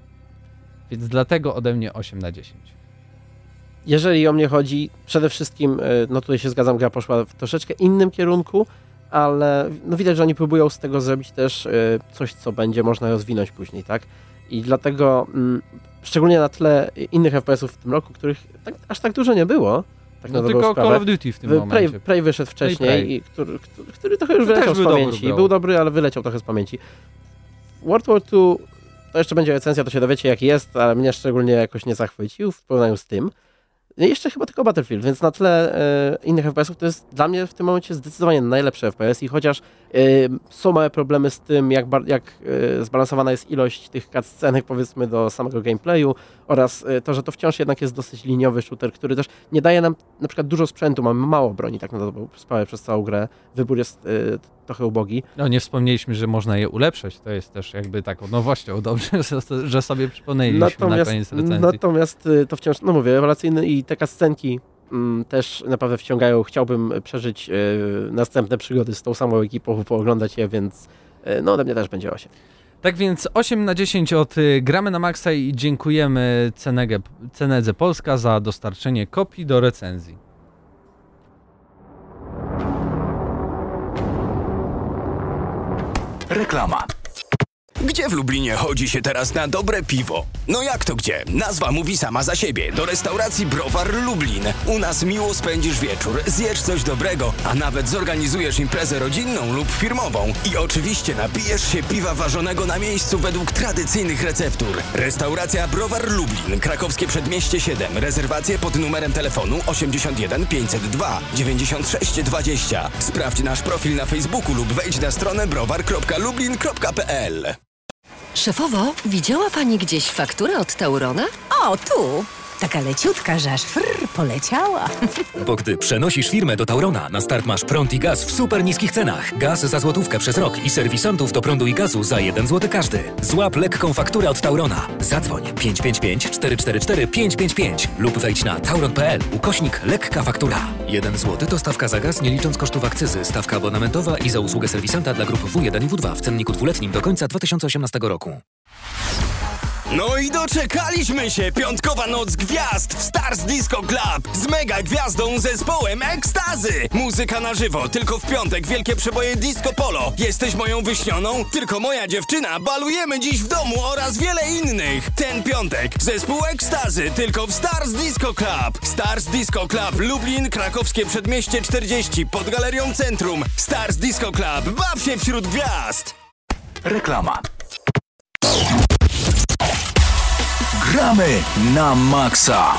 więc dlatego ode mnie osiem na dziesięć. Jeżeli o mnie chodzi, przede wszystkim, no tutaj się zgadzam, gra poszła w troszeczkę innym kierunku, ale no widać, że oni próbują z tego zrobić też y, coś, co będzie można rozwinąć później, tak? I dlatego, mm, szczególnie na tle innych F P S ów w tym roku, których tak, aż tak dużo nie było, tak no na tylko sprawę. Call of Duty w tym Prey, momencie. Prey wyszedł wcześniej, Prey. i który, który, który trochę już To wyleciał też z był pamięci. dobry, był dobry, ale wyleciał trochę z pamięci. World War Two, to jeszcze będzie recenzja, to się dowiecie jak jest, ale mnie szczególnie jakoś nie zachwycił w porównaniu z tym. Jeszcze chyba tylko Battlefield, więc na tle e, innych F P S ów to jest dla mnie w tym momencie zdecydowanie najlepszy F P S i chociaż e, są małe problemy z tym, jak, bar, jak e, zbalansowana jest ilość tych cutscenek powiedzmy do samego gameplayu oraz e, to, że to wciąż jednak jest dosyć liniowy shooter, który też nie daje nam na przykład dużo sprzętu, mamy mało broni tak na dobrą sprawę przez całą grę, wybór jest e, trochę ubogi. No nie wspomnieliśmy, że można je ulepszać, to jest też jakby taką nowością, dobrze, że sobie przypomnieliśmy natomiast, na koniec recenzji. Natomiast to wciąż, no mówię, rewelacyjny i te cutscenki mm, też naprawdę wciągają. Chciałbym przeżyć y, następne przygody z tą samą ekipą, pooglądać je, więc y, no ode mnie też będzie osiem. Tak więc osiem na dziesięć od y, Gramy na Maxa i dziękujemy Cenege, Cenedze Polska za dostarczenie kopii do recenzji. Reklama. Gdzie w Lublinie chodzi się teraz na dobre piwo? No jak to gdzie? Nazwa mówi sama za siebie. Do restauracji Browar Lublin. U nas miło spędzisz wieczór, zjesz coś dobrego, a nawet zorganizujesz imprezę rodzinną lub firmową. I oczywiście napijesz się piwa ważonego na miejscu według tradycyjnych receptur. Restauracja Browar Lublin, Krakowskie Przedmieście siedem. Rezerwacje pod numerem telefonu osiemdziesiąt jeden pięćset dwa dziewięćdziesiąt sześć dwadzieścia. Sprawdź nasz profil na Facebooku lub wejdź na stronę browar kropka lublin kropka p l. Szefowo, widziała pani gdzieś fakturę od Taurona? O, tu! Taka leciutka, że aż frr, poleciała. Bo gdy przenosisz firmę do Taurona, na start masz prąd i gaz w super niskich cenach. Gaz za złotówkę przez rok i serwisantów do prądu i gazu za jeden złoty każdy. Złap lekką fakturę od Taurona. Zadzwoń pięć pięć pięć cztery cztery cztery pięć pięć pięć lub wejdź na tauron kropka p l ukośnik lekka faktura. jeden złoty to stawka za gaz nie licząc kosztów akcyzy, stawka abonamentowa i za usługę serwisanta dla grup W jeden i W dwa w cenniku dwuletnim do końca dwa tysiące osiemnastego roku. No i doczekaliśmy się! Piątkowa noc gwiazd w Stars Disco Club z mega gwiazdą zespołem Ekstazy! Muzyka na żywo, tylko w piątek wielkie przeboje disco polo. Jesteś moją wyśnioną? Tylko moja dziewczyna. Balujemy dziś w domu oraz wiele innych. Ten piątek zespół Ekstazy tylko w Stars Disco Club. Stars Disco Club Lublin, Krakowskie Przedmieście czterdzieści pod Galerią Centrum. Stars Disco Club. Baw się wśród gwiazd! Reklama. Gramy na maksa.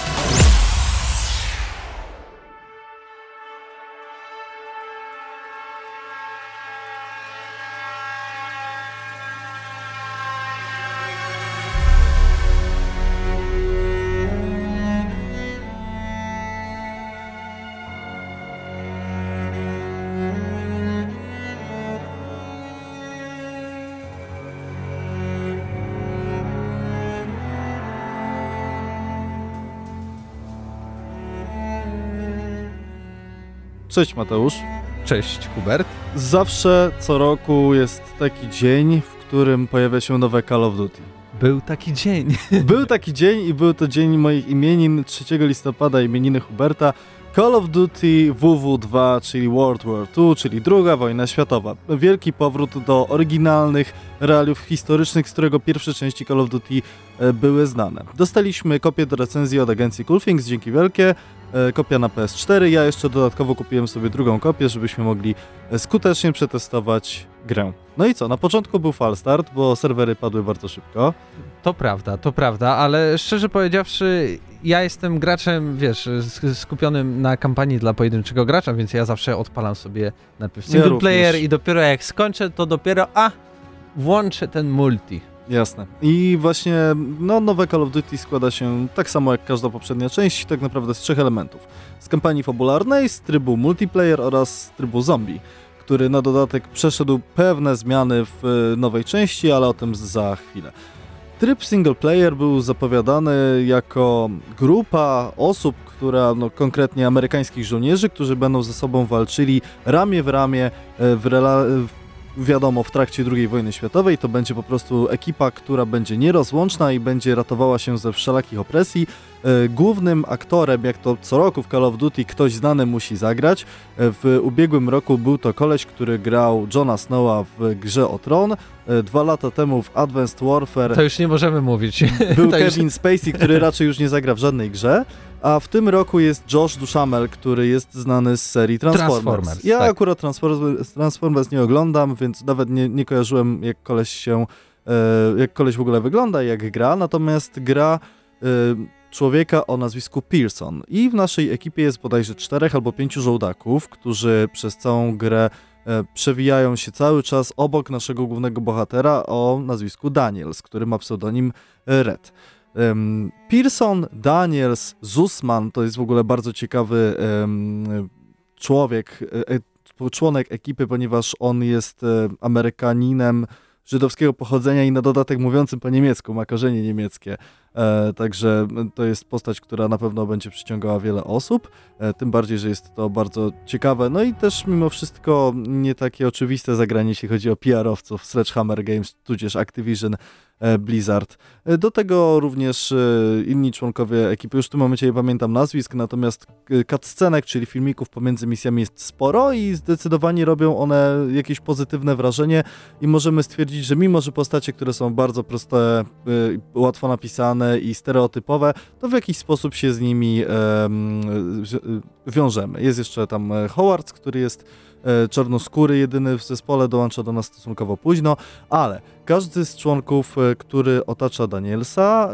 Cześć Mateusz. Cześć Hubert. Zawsze co roku jest taki dzień, w którym pojawia się nowe Call of Duty. Był taki dzień. Był taki dzień i był to dzień moich imienin, trzeciego listopada imieniny Huberta. Call of Duty W W dwa, czyli World War Two, czyli druga wojna światowa. Wielki powrót do oryginalnych realiów historycznych, z którego pierwsze części Call of Duty e, były znane. Dostaliśmy kopię do recenzji od agencji Coolthings, dzięki wielkie. E, kopia na P S cztery. Ja jeszcze dodatkowo kupiłem sobie drugą kopię, żebyśmy mogli e, skutecznie przetestować grę. No i co? Na początku był fal start, bo serwery padły bardzo szybko. To prawda, to prawda, ale szczerze powiedziawszy, ja jestem graczem, wiesz, sk- skupionym na kampanii dla pojedynczego gracza, więc ja zawsze odpalam sobie najpierw single Ja player również. i dopiero jak skończę, to dopiero, a, włączę ten multi. Jasne. I właśnie no, nowe Call of Duty składa się tak samo jak każda poprzednia część, tak naprawdę z trzech elementów. Z kampanii fabularnej, z trybu multiplayer oraz z trybu zombie, który na dodatek przeszedł pewne zmiany w nowej części, ale o tym za chwilę. Tryb single player był zapowiadany jako grupa osób, która, no konkretnie amerykańskich żołnierzy, którzy będą ze sobą walczyli ramię w ramię w rela- wiadomo, w trakcie drugiej wojny światowej. To będzie po prostu ekipa, która będzie nierozłączna i będzie ratowała się ze wszelakich opresji. E, Głównym aktorem, jak to co roku w Call of Duty, ktoś znany musi zagrać. E, W ubiegłym roku był to koleś, który grał Jona Snowa w grze o Tron. E, Dwa lata temu w Advanced Warfare To już nie możemy mówić. był to Kevin już... Spacey, który raczej już nie zagra w żadnej grze. A w tym roku jest Josh Duhamel, który jest znany z serii Transformers. Transformers, ja tak. akurat Transformers, Transformers nie oglądam, więc nawet nie, nie kojarzyłem, jak koleś się, e, jak koleś w ogóle wygląda, jak gra, natomiast gra e, człowieka o nazwisku Pearson. I w naszej ekipie jest bodajże czterech albo pięciu żołdaków, którzy przez całą grę e, przewijają się cały czas obok naszego głównego bohatera o nazwisku Daniels, który ma pseudonim e, Red. Um, Pearson, Daniels, Zussman to jest w ogóle bardzo ciekawy um, człowiek, e, członek ekipy, ponieważ on jest e, Amerykaninem żydowskiego pochodzenia i na dodatek mówiącym po niemiecku, ma korzenie niemieckie. E, także to jest postać, która na pewno będzie przyciągała wiele osób, e, tym bardziej, że jest to bardzo ciekawe. No i też mimo wszystko nie takie oczywiste zagranie, jeśli chodzi o P R-owców Sledgehammer Games, tudzież Activision Blizzard. Do tego również inni członkowie ekipy, już w tym momencie nie pamiętam nazwisk, natomiast cutscenek, czyli filmików pomiędzy misjami jest sporo i zdecydowanie robią one jakieś pozytywne wrażenie i możemy stwierdzić, że mimo, że postacie, które są bardzo proste, łatwo napisane i stereotypowe, to w jakiś sposób się z nimi um, wiążemy. Jest jeszcze tam Howard, który jest czarnoskóry, jedyny w zespole, dołącza do nas stosunkowo późno, ale każdy z członków, który otacza Danielsa,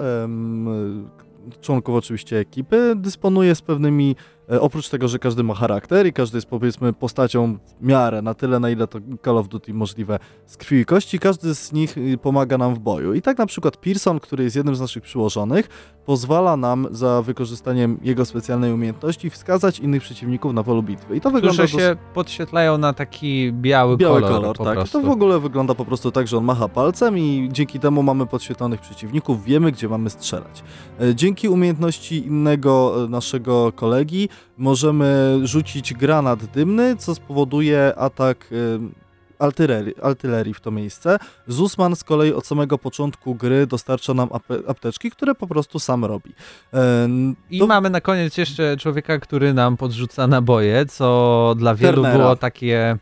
członków oczywiście ekipy, dysponuje z pewnymi, oprócz tego, że każdy ma charakter i każdy jest powiedzmy postacią w miarę, na tyle na ile to Call of Duty możliwe z krwi i kości, każdy z nich pomaga nam w boju. I tak na przykład Pearson, który jest jednym z naszych przyłożonych, pozwala nam za wykorzystaniem jego specjalnej umiejętności wskazać innych przeciwników na polu bitwy. I to wygląda Którzy się podświetlają na taki biały, biały kolor. kolor, po tak. prostu. To w ogóle wygląda po prostu tak, że on macha palcem i dzięki temu mamy podświetlonych przeciwników, wiemy, gdzie mamy strzelać. Dzięki umiejętności innego naszego kolegi możemy rzucić granat dymny, co spowoduje atak artylerii, artylerii w to miejsce. Zussman z kolei od samego początku gry dostarcza nam ap- apteczki, które po prostu sam robi. Ehm, I to... mamy na koniec jeszcze człowieka, który nam podrzuca naboje, co dla wielu Turnera. było takie...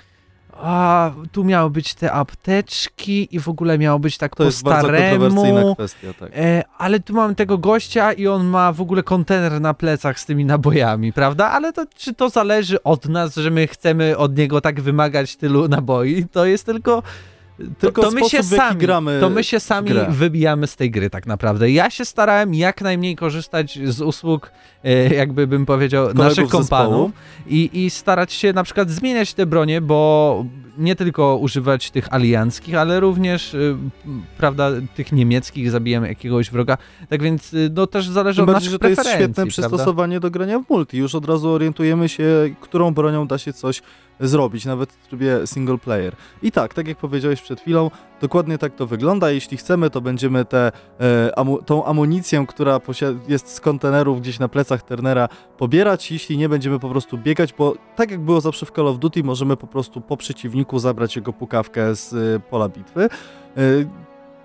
A, tu miały być te apteczki i w ogóle miało być tak To po jest bardzo staremu. kontrowersyjna kwestia, tak. E, ale tu mamy tego gościa i on ma w ogóle kontener na plecach z tymi nabojami, prawda? Ale to czy to zależy od nas, że my chcemy od niego tak wymagać tylu naboi? To jest tylko... Tylko to, to, my sposób, się w jaki sami, gramy to my się w sami grę. wybijamy z tej gry tak naprawdę. Ja się starałem jak najmniej korzystać z usług, e, jakby bym powiedział, Kolegów naszych zespołu. kompanów i, i starać się na przykład zmieniać te bronie, bo nie tylko używać tych alianckich, ale również y, prawda, tych niemieckich, zabijamy jakiegoś wroga. Tak więc y, no też zależy Tym od bardziej, naszych że to jest preferencji. świetne prawda? przystosowanie do grania w multi. Już od razu orientujemy się, którą bronią da się coś zrobić, nawet w trybie single player. I tak, tak jak powiedziałeś przed chwilą, dokładnie tak to wygląda. Jeśli chcemy, to będziemy tę e, amu, tą amunicję, która posi- jest z kontenerów gdzieś na plecach Turnera, pobierać. Jeśli nie, będziemy po prostu biegać, bo tak jak było zawsze w Call of Duty, możemy po prostu po przeciwniku zabrać jego pukawkę z e, pola bitwy. E,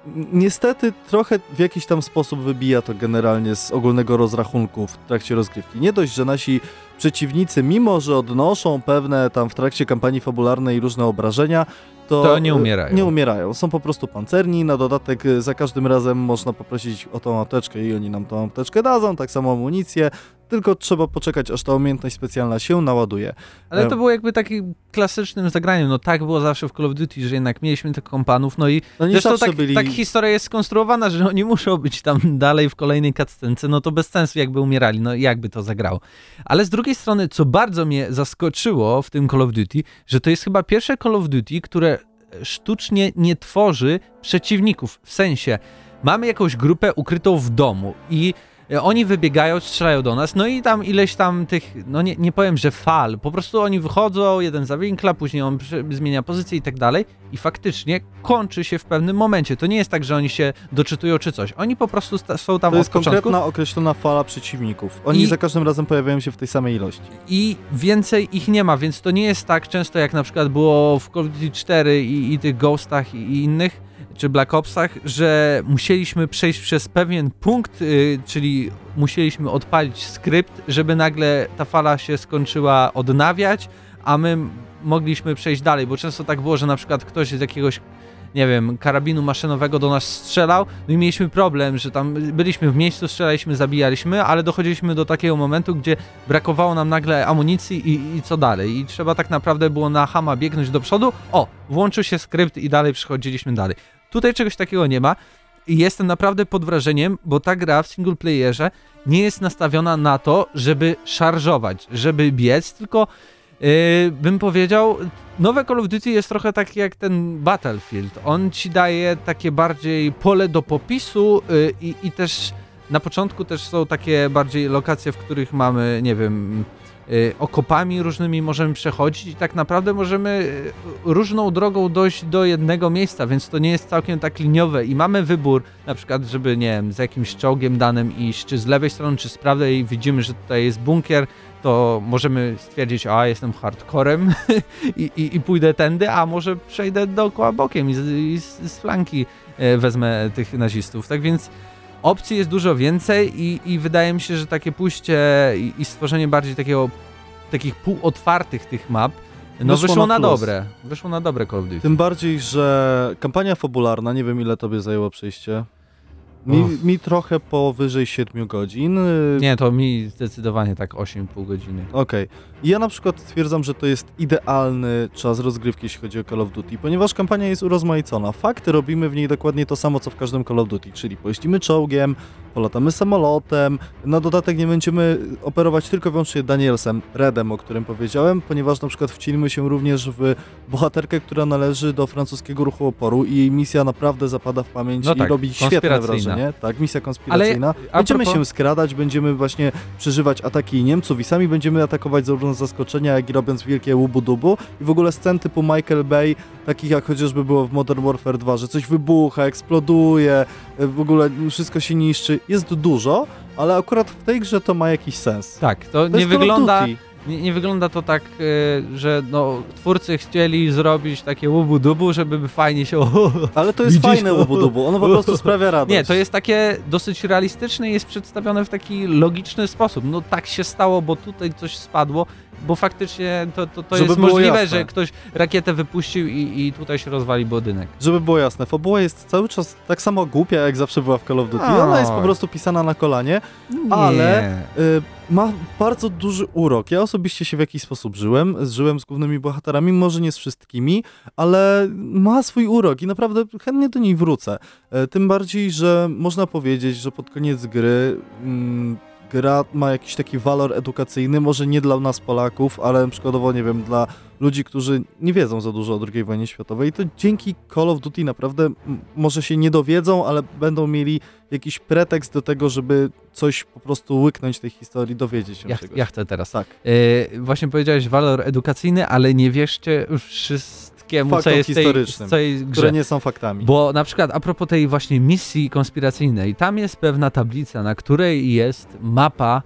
niestety trochę w jakiś tam sposób wybija to generalnie z ogólnego rozrachunku w trakcie rozgrywki. Nie dość, że nasi przeciwnicy, mimo że odnoszą pewne tam w trakcie kampanii fabularnej różne obrażenia, to, To nie umierają. Nie umierają. Są po prostu pancerni, na dodatek y, za każdym razem można poprosić o tą apteczkę i oni nam tą apteczkę dadzą, tak samo amunicję, tylko trzeba poczekać, aż ta umiejętność specjalna się naładuje. Ale E, to było jakby takim klasycznym zagraniem. No tak było zawsze w Call of Duty, że jednak mieliśmy tych kompanów, no i Oni zresztą zawsze tak, byli... tak historia jest skonstruowana, że oni muszą być tam dalej w kolejnej cutscence, no to bez sensu jakby umierali, no jakby to zagrało. Ale z drugiej strony, co bardzo mnie zaskoczyło w tym Call of Duty, że to jest chyba pierwsze Call of Duty, które sztucznie nie tworzy przeciwników. W sensie, mamy jakąś grupę ukrytą w domu i oni wybiegają, strzelają do nas, no i tam ileś tam tych, no nie, nie powiem, że fal, po prostu oni wychodzą, jeden zawinkla, później on prze- zmienia pozycję i tak dalej i faktycznie kończy się w pewnym momencie. To nie jest tak, że oni się doczytują czy coś. Oni po prostu sta- są tam To od jest początku. konkretna, określona fala przeciwników. Oni I- za każdym razem pojawiają się w tej samej ilości. I więcej ich nie ma, więc to nie jest tak często jak na przykład było w Call of Duty cztery i, i tych Ghostach i, i innych, czy Black Opsach, że musieliśmy przejść przez pewien punkt, yy, czyli musieliśmy odpalić skrypt, żeby nagle ta fala się skończyła odnawiać, a my m- mogliśmy przejść dalej, bo często tak było, że na przykład ktoś z jakiegoś, nie wiem, karabinu maszynowego do nas strzelał, no i mieliśmy problem, że tam byliśmy w miejscu, strzelaliśmy, zabijaliśmy, ale dochodziliśmy do takiego momentu, gdzie brakowało nam nagle amunicji i, i co dalej? I trzeba tak naprawdę było na chama biegnąć do przodu, o, włączył się skrypt i dalej przechodziliśmy dalej. Tutaj czegoś takiego nie ma i jestem naprawdę pod wrażeniem, bo ta gra w single playerze nie jest nastawiona na to, żeby szarżować, żeby biec, tylko yy, bym powiedział, nowe Call of Duty jest trochę tak jak ten Battlefield. On ci daje takie bardziej pole do popisu yy, i, i też na początku też są takie bardziej lokacje, w których mamy, nie wiem, yy, okopami różnymi możemy przechodzić i tak naprawdę możemy yy, różną drogą dojść do jednego miejsca, więc to nie jest całkiem tak liniowe i mamy wybór, na przykład, żeby, nie wiem, z jakimś czołgiem danym iść, czy z lewej strony, czy z prawej i widzimy, że tutaj jest bunkier, to możemy stwierdzić, a jestem hardcorem i, i, i pójdę tędy, a może przejdę dookoła bokiem i z, i z, z flanki e, wezmę tych nazistów. Tak więc opcji jest dużo więcej i, i wydaje mi się, że takie pójście i, i stworzenie bardziej takiego, takich półotwartych tych map, no wyszło, Wyszło na, na plus. dobre. Wyszło na dobre Call of Duty. Tym bardziej, że kampania fabularna, nie wiem ile tobie zajęło przejście, mi, mi trochę powyżej siedmiu godzin. Nie, to mi zdecydowanie tak osiem i pół godziny. Okej. I ja na przykład stwierdzam, że to jest idealny czas rozgrywki, jeśli chodzi o Call of Duty, ponieważ kampania jest urozmaicona. Fakty robimy w niej dokładnie to samo, co w każdym Call of Duty, czyli pojeździmy czołgiem, polatamy samolotem, na dodatek nie będziemy operować tylko i wyłącznie Danielsem, Redem, o którym powiedziałem, ponieważ na przykład wcielimy się również w bohaterkę, która należy do francuskiego ruchu oporu i jej misja naprawdę zapada w pamięć No i tak, robi świetne konspiracyjna. wrażenie. Tak, misja konspiracyjna. Ale a Będziemy propos- się skradać, będziemy właśnie przeżywać ataki Niemców i sami będziemy atakować zarówno z zaskoczenia, jak i robiąc wielkie łubu-dubu. I w ogóle scen typu Michael Bay, takich jak chociażby było w Modern Warfare dwa, że coś wybucha, eksploduje, w ogóle wszystko się niszczy. Jest dużo, ale akurat w tej grze to ma jakiś sens. Tak, to, To nie jest Call of wygląda... Duty. Nie, nie wygląda to tak, e, że no, twórcy chcieli zrobić takie łubu-dubu, żeby fajnie się... Ale to jest Widzisz? fajne łubu-dubu, ono po prostu sprawia radość. Nie, to jest takie dosyć realistyczne i jest przedstawione w taki logiczny sposób. No tak się stało, bo tutaj coś spadło, bo faktycznie to, to, to Żeby jest było możliwe, jasne. że ktoś rakietę wypuścił i, i tutaj się rozwali budynek. Żeby było jasne, fabuła jest cały czas tak samo głupia, jak zawsze była w Call of Duty. Oj. Ona jest po prostu pisana na kolanie, Nie. ale y, ma bardzo duży urok. Ja osobiście się w jakiś sposób żyłem, zżyłem z głównymi bohaterami, może nie z wszystkimi, ale ma swój urok i naprawdę chętnie do niej wrócę. Y, tym bardziej, że można powiedzieć, że pod koniec gry mm, gra ma jakiś taki walor edukacyjny, może nie dla nas Polaków, ale przykładowo, nie wiem, dla ludzi, którzy nie wiedzą za dużo o drugiej wojnie światowej, to dzięki Call of Duty naprawdę m- może się nie dowiedzą, ale będą mieli jakiś pretekst do tego, żeby coś po prostu łyknąć tej historii, dowiedzieć się Ja, czegoś. ja chcę teraz. Tak. E, właśnie powiedziałeś walor edukacyjny, ale nie wierzcie wszystkiemu, Faktom co jest w tej, historycznym, w tej grze. które nie są faktami. Bo na przykład a propos tej właśnie misji konspiracyjnej, tam jest pewna tablica, na której jest mapa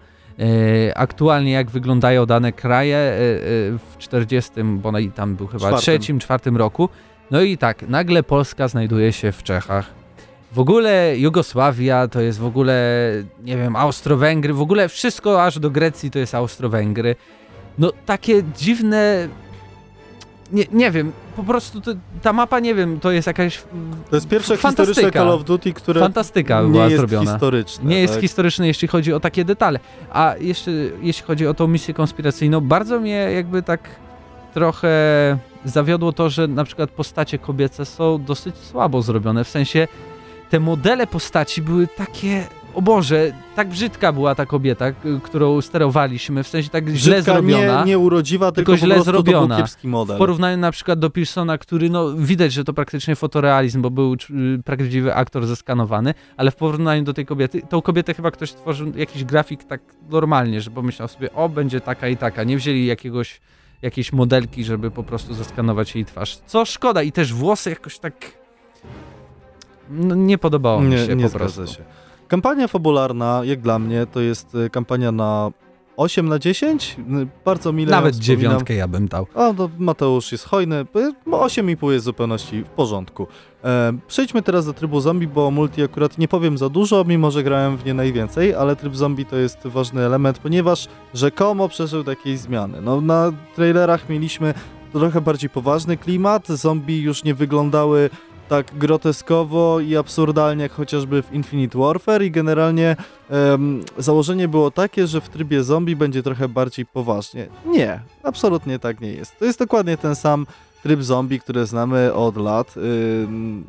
e, aktualnie jak wyglądają dane kraje e, e, w czterdziestym, bo no, tam był chyba Czwartym. trzecim, czwartym roku. No i tak, nagle Polska znajduje się w Czechach. w ogóle Jugosławia to jest w ogóle, nie wiem, Austro-Węgry, w ogóle wszystko aż do Grecji to jest Austro-Węgry. No takie dziwne, nie, nie wiem, po prostu to, ta mapa, nie wiem, to jest jakaś To jest pierwsze fantastyka. historyczne Call of Duty, które Fantastyka nie była jest zrobiona. historyczne. Nie jest tak? historyczne, jeśli chodzi o takie detale. A jeszcze, jeśli chodzi o tą misję konspiracyjną, bardzo mnie jakby tak trochę zawiodło to, że na przykład postacie kobiece są dosyć słabo zrobione, w sensie te modele postaci były takie, o Boże, tak brzydka była ta kobieta, k- którą sterowaliśmy, w sensie tak źle Brzydka, zrobiona. Nie, nie urodziwa, tylko, tylko źle po prostu to zrobiona. był kiepski model. W porównaniu na przykład do Pearsona, który no widać, że to praktycznie fotorealizm, bo był y, prawdziwy aktor zeskanowany, ale w porównaniu do tej kobiety, tą kobietę chyba ktoś tworzył jakiś grafik tak normalnie, że pomyślał sobie, o będzie taka i taka, nie wzięli jakiegoś jakiejś modelki, żeby po prostu zeskanować jej twarz. Co szkoda i też włosy jakoś tak no, nie podobało mi się Nie, nie po zgadza prostu. się. Kampania fabularna, jak dla mnie, to jest y, kampania na osiem na dziesięć. Y, Bardzo mile Nawet ją wspominam. dziewiątkę ja bym dał. A, to Mateusz jest hojny. y, osiem i pół jest w zupełności w porządku. E, przejdźmy teraz do trybu zombie, bo multi akurat nie powiem za dużo, mimo że grałem w nie najwięcej, ale tryb zombie to jest ważny element, ponieważ rzekomo przeszedł jakieś zmiany. No, na trailerach mieliśmy trochę bardziej poważny klimat, zombie już nie wyglądały tak groteskowo i absurdalnie jak chociażby w Infinite Warfare i generalnie em, założenie było takie, że w trybie zombie będzie trochę bardziej poważnie. Nie, absolutnie tak nie jest. To jest dokładnie ten sam tryb zombie, który znamy od lat. Ym,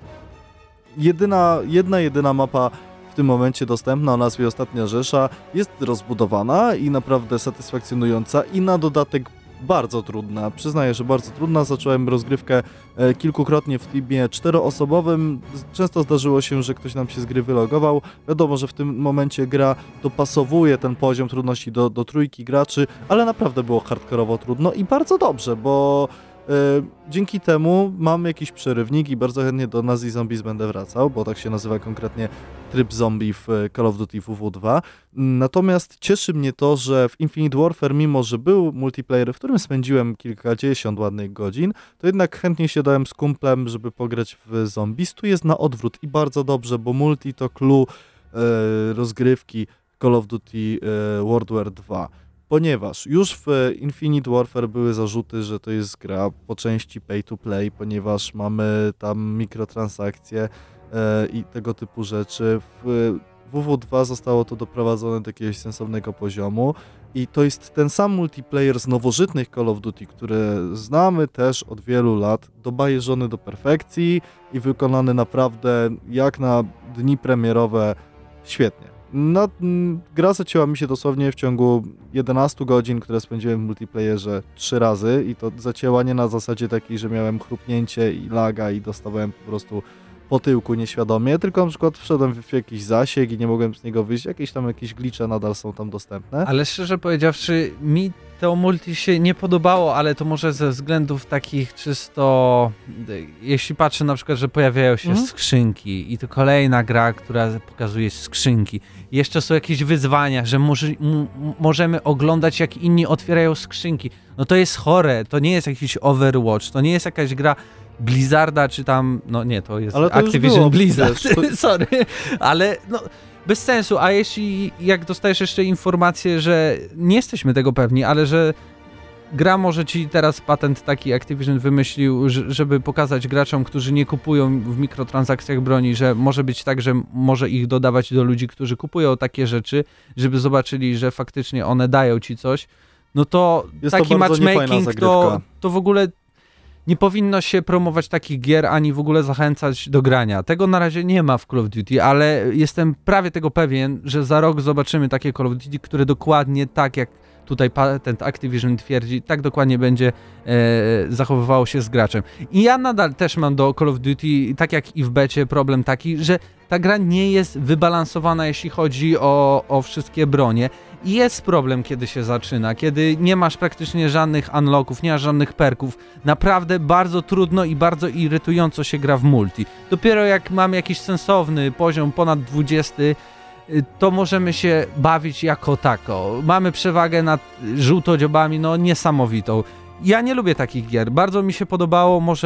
jedyna, jedna, jedyna mapa w tym momencie dostępna o nazwie Ostatnia Rzesza jest rozbudowana i naprawdę satysfakcjonująca i na dodatek bardzo trudna. Przyznaję, że bardzo trudna. Zacząłem rozgrywkę e, kilkukrotnie w trybie czteroosobowym. Często zdarzyło się, że ktoś nam się z gry wylogował. Wiadomo, że w tym momencie gra dopasowuje ten poziom trudności do, do trójki graczy, ale naprawdę było hardkorowo trudno i bardzo dobrze, bo e, dzięki temu mam jakiś przerywnik i bardzo chętnie do Nazi Zombies będę wracał, bo tak się nazywa konkretnie tryb zombie w Call of Duty W W dwa. Natomiast cieszy mnie to, że w Infinite Warfare, mimo że był multiplayer, w którym spędziłem kilkadziesiąt ładnych godzin, to jednak chętnie się dałem z kumplem, żeby pograć w Zombies. Tu jest na odwrót i bardzo dobrze, bo multi to clue e, rozgrywki Call of Duty e, World War dwa. Ponieważ już w Infinite Warfare były zarzuty, że to jest gra po części pay to play, ponieważ mamy tam mikrotransakcje e, i tego typu rzeczy. W W W dwa zostało to doprowadzone do jakiegoś sensownego poziomu i to jest ten sam multiplayer z nowożytnych Call of Duty, które znamy też od wielu lat, dobajeżony do perfekcji i wykonany naprawdę jak na dni premierowe świetnie. No, m, gra zacięła mi się dosłownie w ciągu jedenastu godzin, które spędziłem w multiplayerze trzy razy i to zacięła nie na zasadzie takiej, że miałem chrupnięcie i laga i dostawałem po prostu po tyłku nieświadomie, tylko na przykład wszedłem w jakiś zasięg i nie mogłem z niego wyjść, jakieś tam jakieś glicze nadal są tam dostępne. Ale szczerze powiedziawszy, mi to multi się nie podobało, ale to może ze względów takich czysto, jeśli patrzę na przykład, że pojawiają się Mhm. skrzynki i to kolejna gra, która pokazuje skrzynki. Jeszcze są jakieś wyzwania, że może, m- możemy oglądać, jak inni otwierają skrzynki. No to jest chore, to nie jest jakiś Overwatch, to nie jest jakaś gra Blizzarda, czy tam, no nie, to jest Ale to już Activision było, Blizzard, wiesz, to- sorry, ale no bez sensu, a jeśli jak dostajesz jeszcze informację, że nie jesteśmy tego pewni, ale że gra może ci teraz patent taki Activision wymyślił, ż- żeby pokazać graczom, którzy nie kupują w mikrotransakcjach broni, że może być tak, że może ich dodawać do ludzi, którzy kupują takie rzeczy, żeby zobaczyli, że faktycznie one dają ci coś, no to Jest to taki bardzo niefajna matchmaking to, zagrywka. to w ogóle nie powinno się promować takich gier, ani w ogóle zachęcać do grania. Tego na razie nie ma w Call of Duty, ale jestem prawie tego pewien, że za rok zobaczymy takie Call of Duty, które dokładnie tak jak tutaj patent Activision twierdzi, tak dokładnie będzie e, zachowywało się z graczem. I ja nadal też mam do Call of Duty, tak jak i w becie, problem taki, że ta gra nie jest wybalansowana, jeśli chodzi o, o wszystkie bronie. I jest problem, kiedy się zaczyna, kiedy nie masz praktycznie żadnych unlocków, nie masz żadnych perków. Naprawdę bardzo trudno i bardzo irytująco się gra w multi. Dopiero jak mamy jakiś sensowny poziom ponad dwudziesty, to możemy się bawić jako tako. Mamy przewagę nad żółtodziobami, no niesamowitą. Ja nie lubię takich gier. Bardzo mi się podobało, może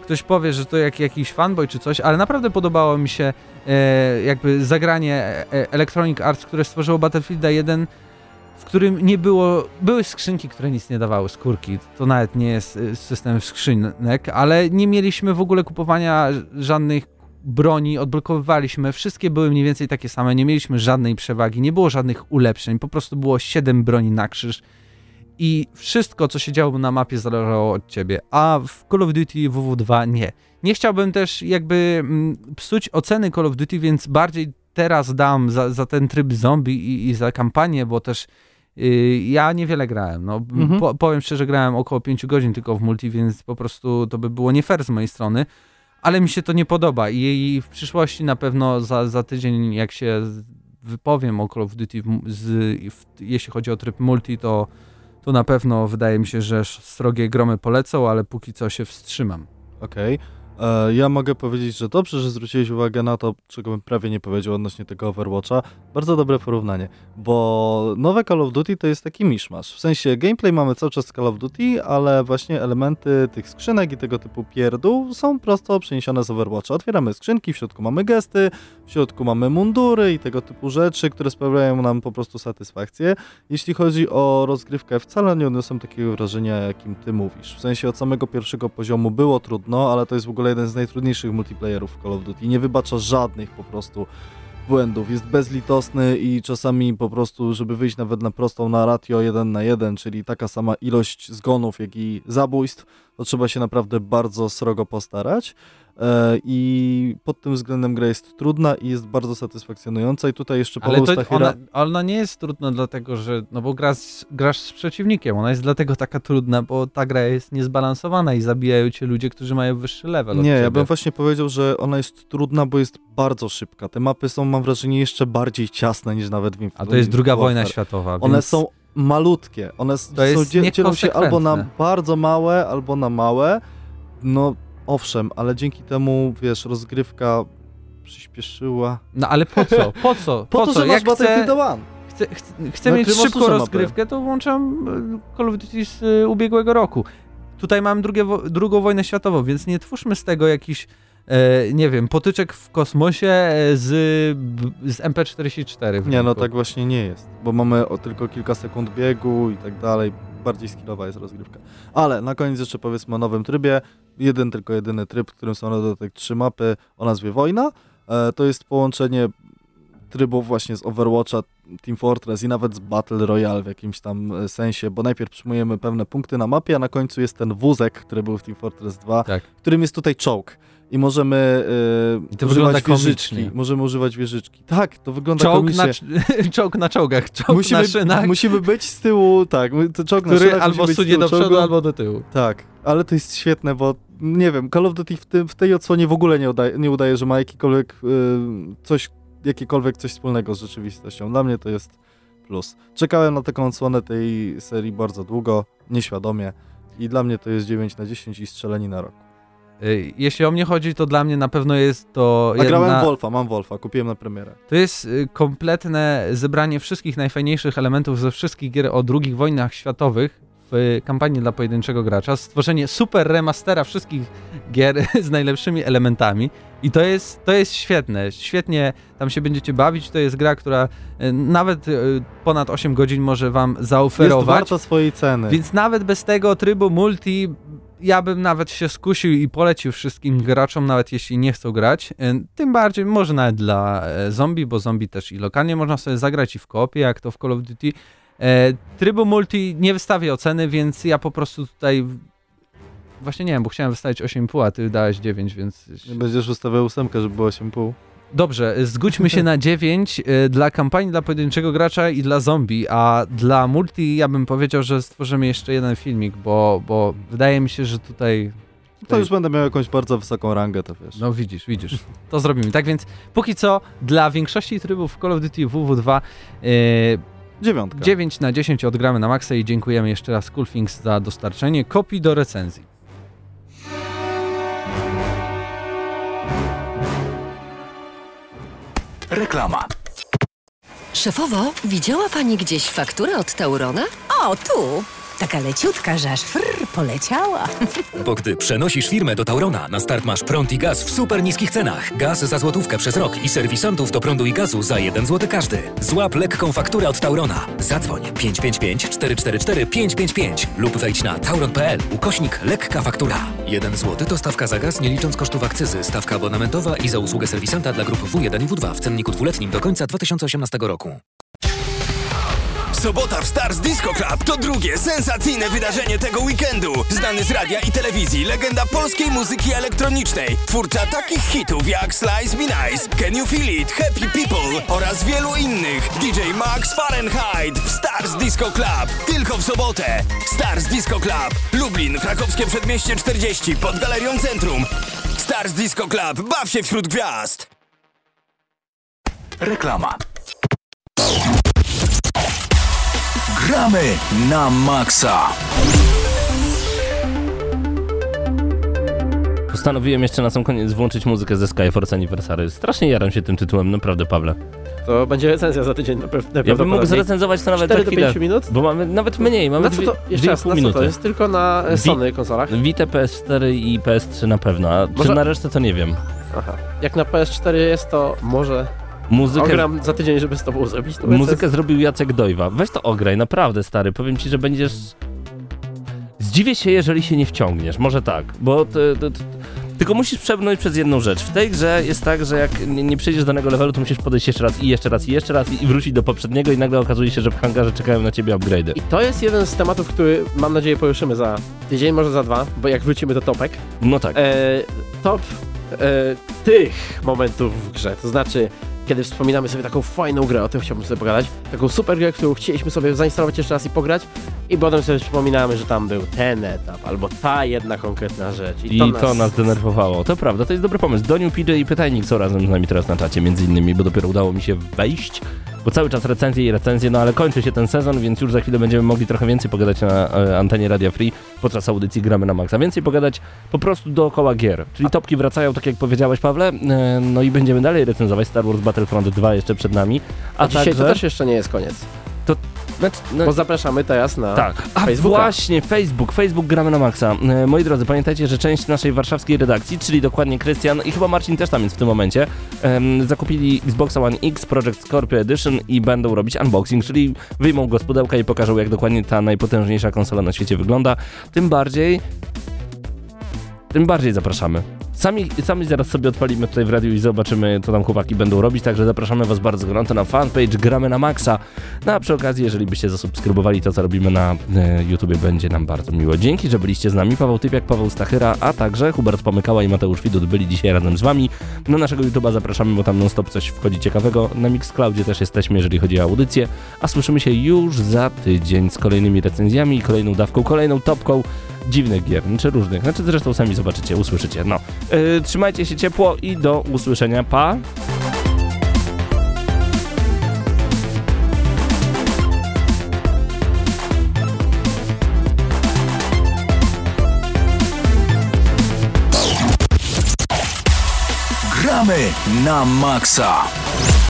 ktoś powie, że to jak jakiś fanboy czy coś, ale naprawdę podobało mi się e, jakby zagranie e, Electronic Arts, które stworzyło Battlefielda jeden, w którym nie było, były skrzynki, które nic nie dawały, skórki, to nawet nie jest system skrzynek, ale nie mieliśmy w ogóle kupowania żadnych broni, odblokowywaliśmy, wszystkie były mniej więcej takie same, nie mieliśmy żadnej przewagi, nie było żadnych ulepszeń, po prostu było siedem broni na krzyż i wszystko, co się działo na mapie, zależało od ciebie, a w Call of Duty W W dwa nie. Nie chciałbym też jakby mm, psuć oceny Call of Duty, więc bardziej teraz dam za, za ten tryb zombie i, i za kampanię, bo też yy, ja niewiele grałem. No, Mhm. po, powiem szczerze, grałem około pięć godzin tylko w multi, więc po prostu to by było nie fair z mojej strony, ale mi się to nie podoba i, i w przyszłości na pewno za, za tydzień, jak się wypowiem o Call of Duty, w, z, w, jeśli chodzi o tryb multi, to, to na pewno wydaje mi się, że srogie gromy polecą, ale póki co się wstrzymam. Okej. E, Ja mogę powiedzieć, że dobrze, że zwróciłeś uwagę na to, czego bym prawie nie powiedział odnośnie tego Overwatcha. Bardzo dobre porównanie, bo nowe Call of Duty to jest taki miszmasz. W sensie gameplay mamy cały czas z Call of Duty, ale właśnie elementy tych skrzynek i tego typu pierdół są prosto przeniesione z Overwatcha. Otwieramy skrzynki, w środku mamy gesty, w środku mamy mundury i tego typu rzeczy, które sprawiają nam po prostu satysfakcję. Jeśli chodzi o rozgrywkę, wcale nie odniosłem takiego wrażenia, jakim ty mówisz. W sensie od samego pierwszego poziomu było trudno, ale to jest w ogóle jeden z najtrudniejszych multiplayerów w Call of Duty. Nie wybacza żadnych po prostu błędów. Jest bezlitosny i czasami po prostu, żeby wyjść nawet na prostą na ratio jeden na jeden, czyli taka sama ilość zgonów, jak i zabójstw, to trzeba się naprawdę bardzo srogo postarać. E, I pod tym względem gra jest trudna i jest bardzo satysfakcjonująca i tutaj jeszcze Ale Paweł to Stachira... ona, ona nie jest trudna dlatego, że, no bo grasz, grasz z przeciwnikiem, ona jest dlatego taka trudna, bo ta gra jest niezbalansowana i zabijają cię ludzie, którzy mają wyższy level od Nie, ciebie. ja bym właśnie powiedział, że ona jest trudna, bo jest bardzo szybka. Te mapy są, mam wrażenie, jeszcze bardziej ciasne niż nawet w Infinite A to jest druga Warfare. wojna światowa, One więc... są malutkie. One s- To są, jest dzie- dzielą się albo na niekonsekwentne. bardzo małe, albo na małe. No owszem, ale dzięki temu, wiesz, rozgrywka przyspieszyła. No ale po co? Po co? Po, to, co? że masz Jak Battlefield chcę, One. chcę, chcę, chcę No, mieć ty masz szybką duże mapy. rozgrywkę, to włączam e, Call of Duty z e, ubiegłego roku. Tutaj mam drugie, wo- drugą wojnę światową, więc nie twórzmy z tego jakiś, e, nie wiem, potyczek w kosmosie e, z, b- z M P czterdzieści cztery. w Nie, no ręku. tak właśnie nie jest, bo mamy o tylko kilka sekund biegu i tak dalej. Bardziej skillowa jest rozgrywka. Ale na koniec jeszcze powiedzmy o nowym trybie. Jeden, tylko jedyny tryb, w którym są na dodatek trzy mapy o nazwie Wojna. E, to jest połączenie trybów właśnie z Overwatcha, Team Fortress i nawet z Battle Royale w jakimś tam e, sensie, bo najpierw przyjmujemy pewne punkty na mapie, a na końcu jest ten wózek, który był w Team Fortress dwa, Tak. którym jest tutaj czołg. I możemy e, I to używać wygląda wieżyczki. komicznie. Możemy używać wieżyczki. Tak, to wygląda Czołg komicznie. na, cz- czołg na czołgach, czołg Musimy, na szynach, musimy być z tyłu, tak, my- to czołg na który szynach musi albo być z sunie tyłu do przodu, czołgu. albo do tyłu. Tak, ale to jest świetne, bo nie wiem, Call of Duty w, tym, w tej odsłonie w ogóle nie udaje, nie udaje że ma jakikolwiek y, coś, jakiekolwiek coś wspólnego z rzeczywistością. Dla mnie to jest plus. Czekałem na taką odsłonę tej serii bardzo długo, nieświadomie i dla mnie to jest dziewięć na dziesięć i strzeleni na rok. Y, Jeśli o mnie chodzi, to dla mnie na pewno jest to A grałem jedna... Wolfa, mam Wolfa, kupiłem na premierę. To jest y, kompletne zebranie wszystkich najfajniejszych elementów ze wszystkich gier o drugich wojnach światowych w y, kampanii dla pojedynczego gracza. Stworzenie super remastera wszystkich gier z najlepszymi elementami. I to jest, to jest świetne. Świetnie tam się będziecie bawić. To jest gra, która y, nawet y, ponad osiem godzin może wam Jest zaoferować. warta swojej ceny. Więc nawet bez tego trybu multi ja bym nawet się skusił i polecił wszystkim graczom, nawet jeśli nie chcą grać. E, Tym bardziej może nawet dla e, zombie, bo zombie też i lokalnie można sobie zagrać i w koopie, jak to w Call of Duty. E, Trybu multi nie wystawię oceny, więc ja po prostu tutaj właśnie nie wiem, bo chciałem wystawić osiem i pół, a ty dałeś dziewięć, więc... Będziesz ustawiał ósemkę, żeby było osiem i pół. Dobrze, zgódźmy się na dziewięć y, dla kampanii dla pojedynczego gracza i dla zombie, a dla multi ja bym powiedział, że stworzymy jeszcze jeden filmik, bo, bo wydaje mi się, że tutaj... To już będę miał jakąś bardzo wysoką rangę, to wiesz. No widzisz, widzisz, to zrobimy. Tak więc póki co dla większości trybów Call of Duty W W dwa y, Dziewiątka. dziewięć na dziesięć odgramy na maksa i dziękujemy jeszcze raz Coolthings za dostarczenie kopii do recenzji. Reklama. Szefowo, widziała pani gdzieś fakturę od Taurona? O, tu. Taka leciutka, że aż frr, poleciała. Bo gdy przenosisz firmę do Taurona, na start masz prąd i gaz w super niskich cenach. Gaz za złotówkę przez rok i serwisantów do prądu i gazu za jeden złoty każdy. Złap lekką fakturę od Taurona. Zadzwoń pięć pięć pięć cztery cztery cztery pięć pięć pięć lub wejdź na tauron kropka p l ukośnik lekka faktura. jeden złoty to stawka za gaz, nie licząc kosztów akcyzy. Stawka abonamentowa i za usługę serwisanta dla grup W jeden i W dwa w cenniku dwuletnim do końca dwa tysiące osiemnastego roku. Sobota w Stars Disco Club to drugie sensacyjne wydarzenie tego weekendu. Znany z radia i telewizji, legenda polskiej muzyki elektronicznej, twórca takich hitów jak Slice Me Nice, Can You Feel It, Happy People oraz wielu innych. D J Max Fahrenheit w Stars Disco Club. Tylko w sobotę. Stars Disco Club. Lublin, Krakowskie Przedmieście czterdzieści pod Galerią Centrum. Stars Disco Club. Baw się wśród gwiazd. Reklama. Gramy na maksa. Postanowiłem jeszcze na sam koniec włączyć muzykę ze Skyforce Anniversary. Strasznie jaram się tym tytułem, naprawdę, Pawle. To będzie recenzja za tydzień na pewno. Ja bym mógł zrecenzować to nawet cztery za do chwilę. pięciu minut? Bo mamy nawet mniej, mamy Na co dwie, to, jeszcze raz, na co minuty. to jest? Tylko na Sony konsolach? Vita, P S cztery i P S trzy na pewno, a Może- czy na resztę to nie wiem. Aha. Jak na P S cztery jest, to może Muzykę, ogram za tydzień, żeby z tobą zrobić to. muzykę zrobił Jacek Dojwa. Weź to ograj, naprawdę, stary. Powiem ci, że będziesz... Zdziwię się, jeżeli się nie wciągniesz. Może tak, bo... Ty, ty, ty... Tylko musisz przebrnąć przez jedną rzecz. W tej grze jest tak, że jak nie, nie przejdziesz danego levelu, to musisz podejść jeszcze raz i jeszcze raz i jeszcze raz i wrócić do poprzedniego i nagle okazuje się, że w hangarze czekają na ciebie upgrade'y. I to jest jeden z tematów, który mam nadzieję poruszymy za tydzień, może za dwa, bo jak wrócimy do topek. No tak. E, top e, tych momentów w grze, to znaczy kiedy wspominamy sobie taką fajną grę, o tym chciałbym sobie pogadać, taką super grę, którą chcieliśmy sobie zainstalować jeszcze raz i pograć i potem sobie przypominamy, że tam był ten etap, albo ta jedna konkretna rzecz. I, I to, nas... to nas denerwowało. To prawda, to jest dobry pomysł. Doniu, P J i Pytajnik są razem z nami teraz na czacie, między innymi, bo dopiero udało mi się wejść, bo cały czas recenzje i recenzje, no ale kończy się ten sezon, więc już za chwilę będziemy mogli trochę więcej pogadać na e, antenie Radia Free podczas audycji Gramy na Maxa. Więcej pogadać po prostu dookoła gier, czyli topki wracają, tak jak powiedziałeś, Pawle, e, no i będziemy dalej recenzować Star Wars Battlefront dwa jeszcze przed nami. A, A dzisiaj także... to też jeszcze nie jest koniec. To, znaczy, no... Bo zapraszamy teraz na tak. A Facebooka. właśnie, Facebook, Facebook Gramy na Maxa. E, moi drodzy, pamiętajcie, że część naszej warszawskiej redakcji, czyli dokładnie Krystian i chyba Marcin też tam jest w tym momencie, e, zakupili Xboxa One X Project Scorpio Edition i będą robić unboxing, czyli wyjmą go z pudełka i pokażą, jak dokładnie ta najpotężniejsza konsola na świecie wygląda. Tym bardziej, tym bardziej zapraszamy. Sami, sami zaraz sobie odpalimy tutaj w radiu i zobaczymy, co tam chłopaki będą robić, także zapraszamy was bardzo gorąco na fanpage Gramy na Maxa. No a przy okazji, jeżeli byście zasubskrybowali to, co robimy na e, YouTubie, będzie nam bardzo miło. Dzięki, że byliście z nami. Paweł Typiak, Paweł Stachyra, a także Hubert Pomykała i Mateusz Widut byli dzisiaj razem z wami. Na naszego YouTuba zapraszamy, bo tam non stop coś wchodzi ciekawego. Na Mixcloudzie też jesteśmy, jeżeli chodzi o audycję. A słyszymy się już za tydzień z kolejnymi recenzjami, kolejną dawką, kolejną topką dziwnych gier, czy różnych. Znaczy zresztą sami zobaczycie, usłyszycie. No. Yy, trzymajcie się ciepło i do usłyszenia. Pa! Gramy na maksa.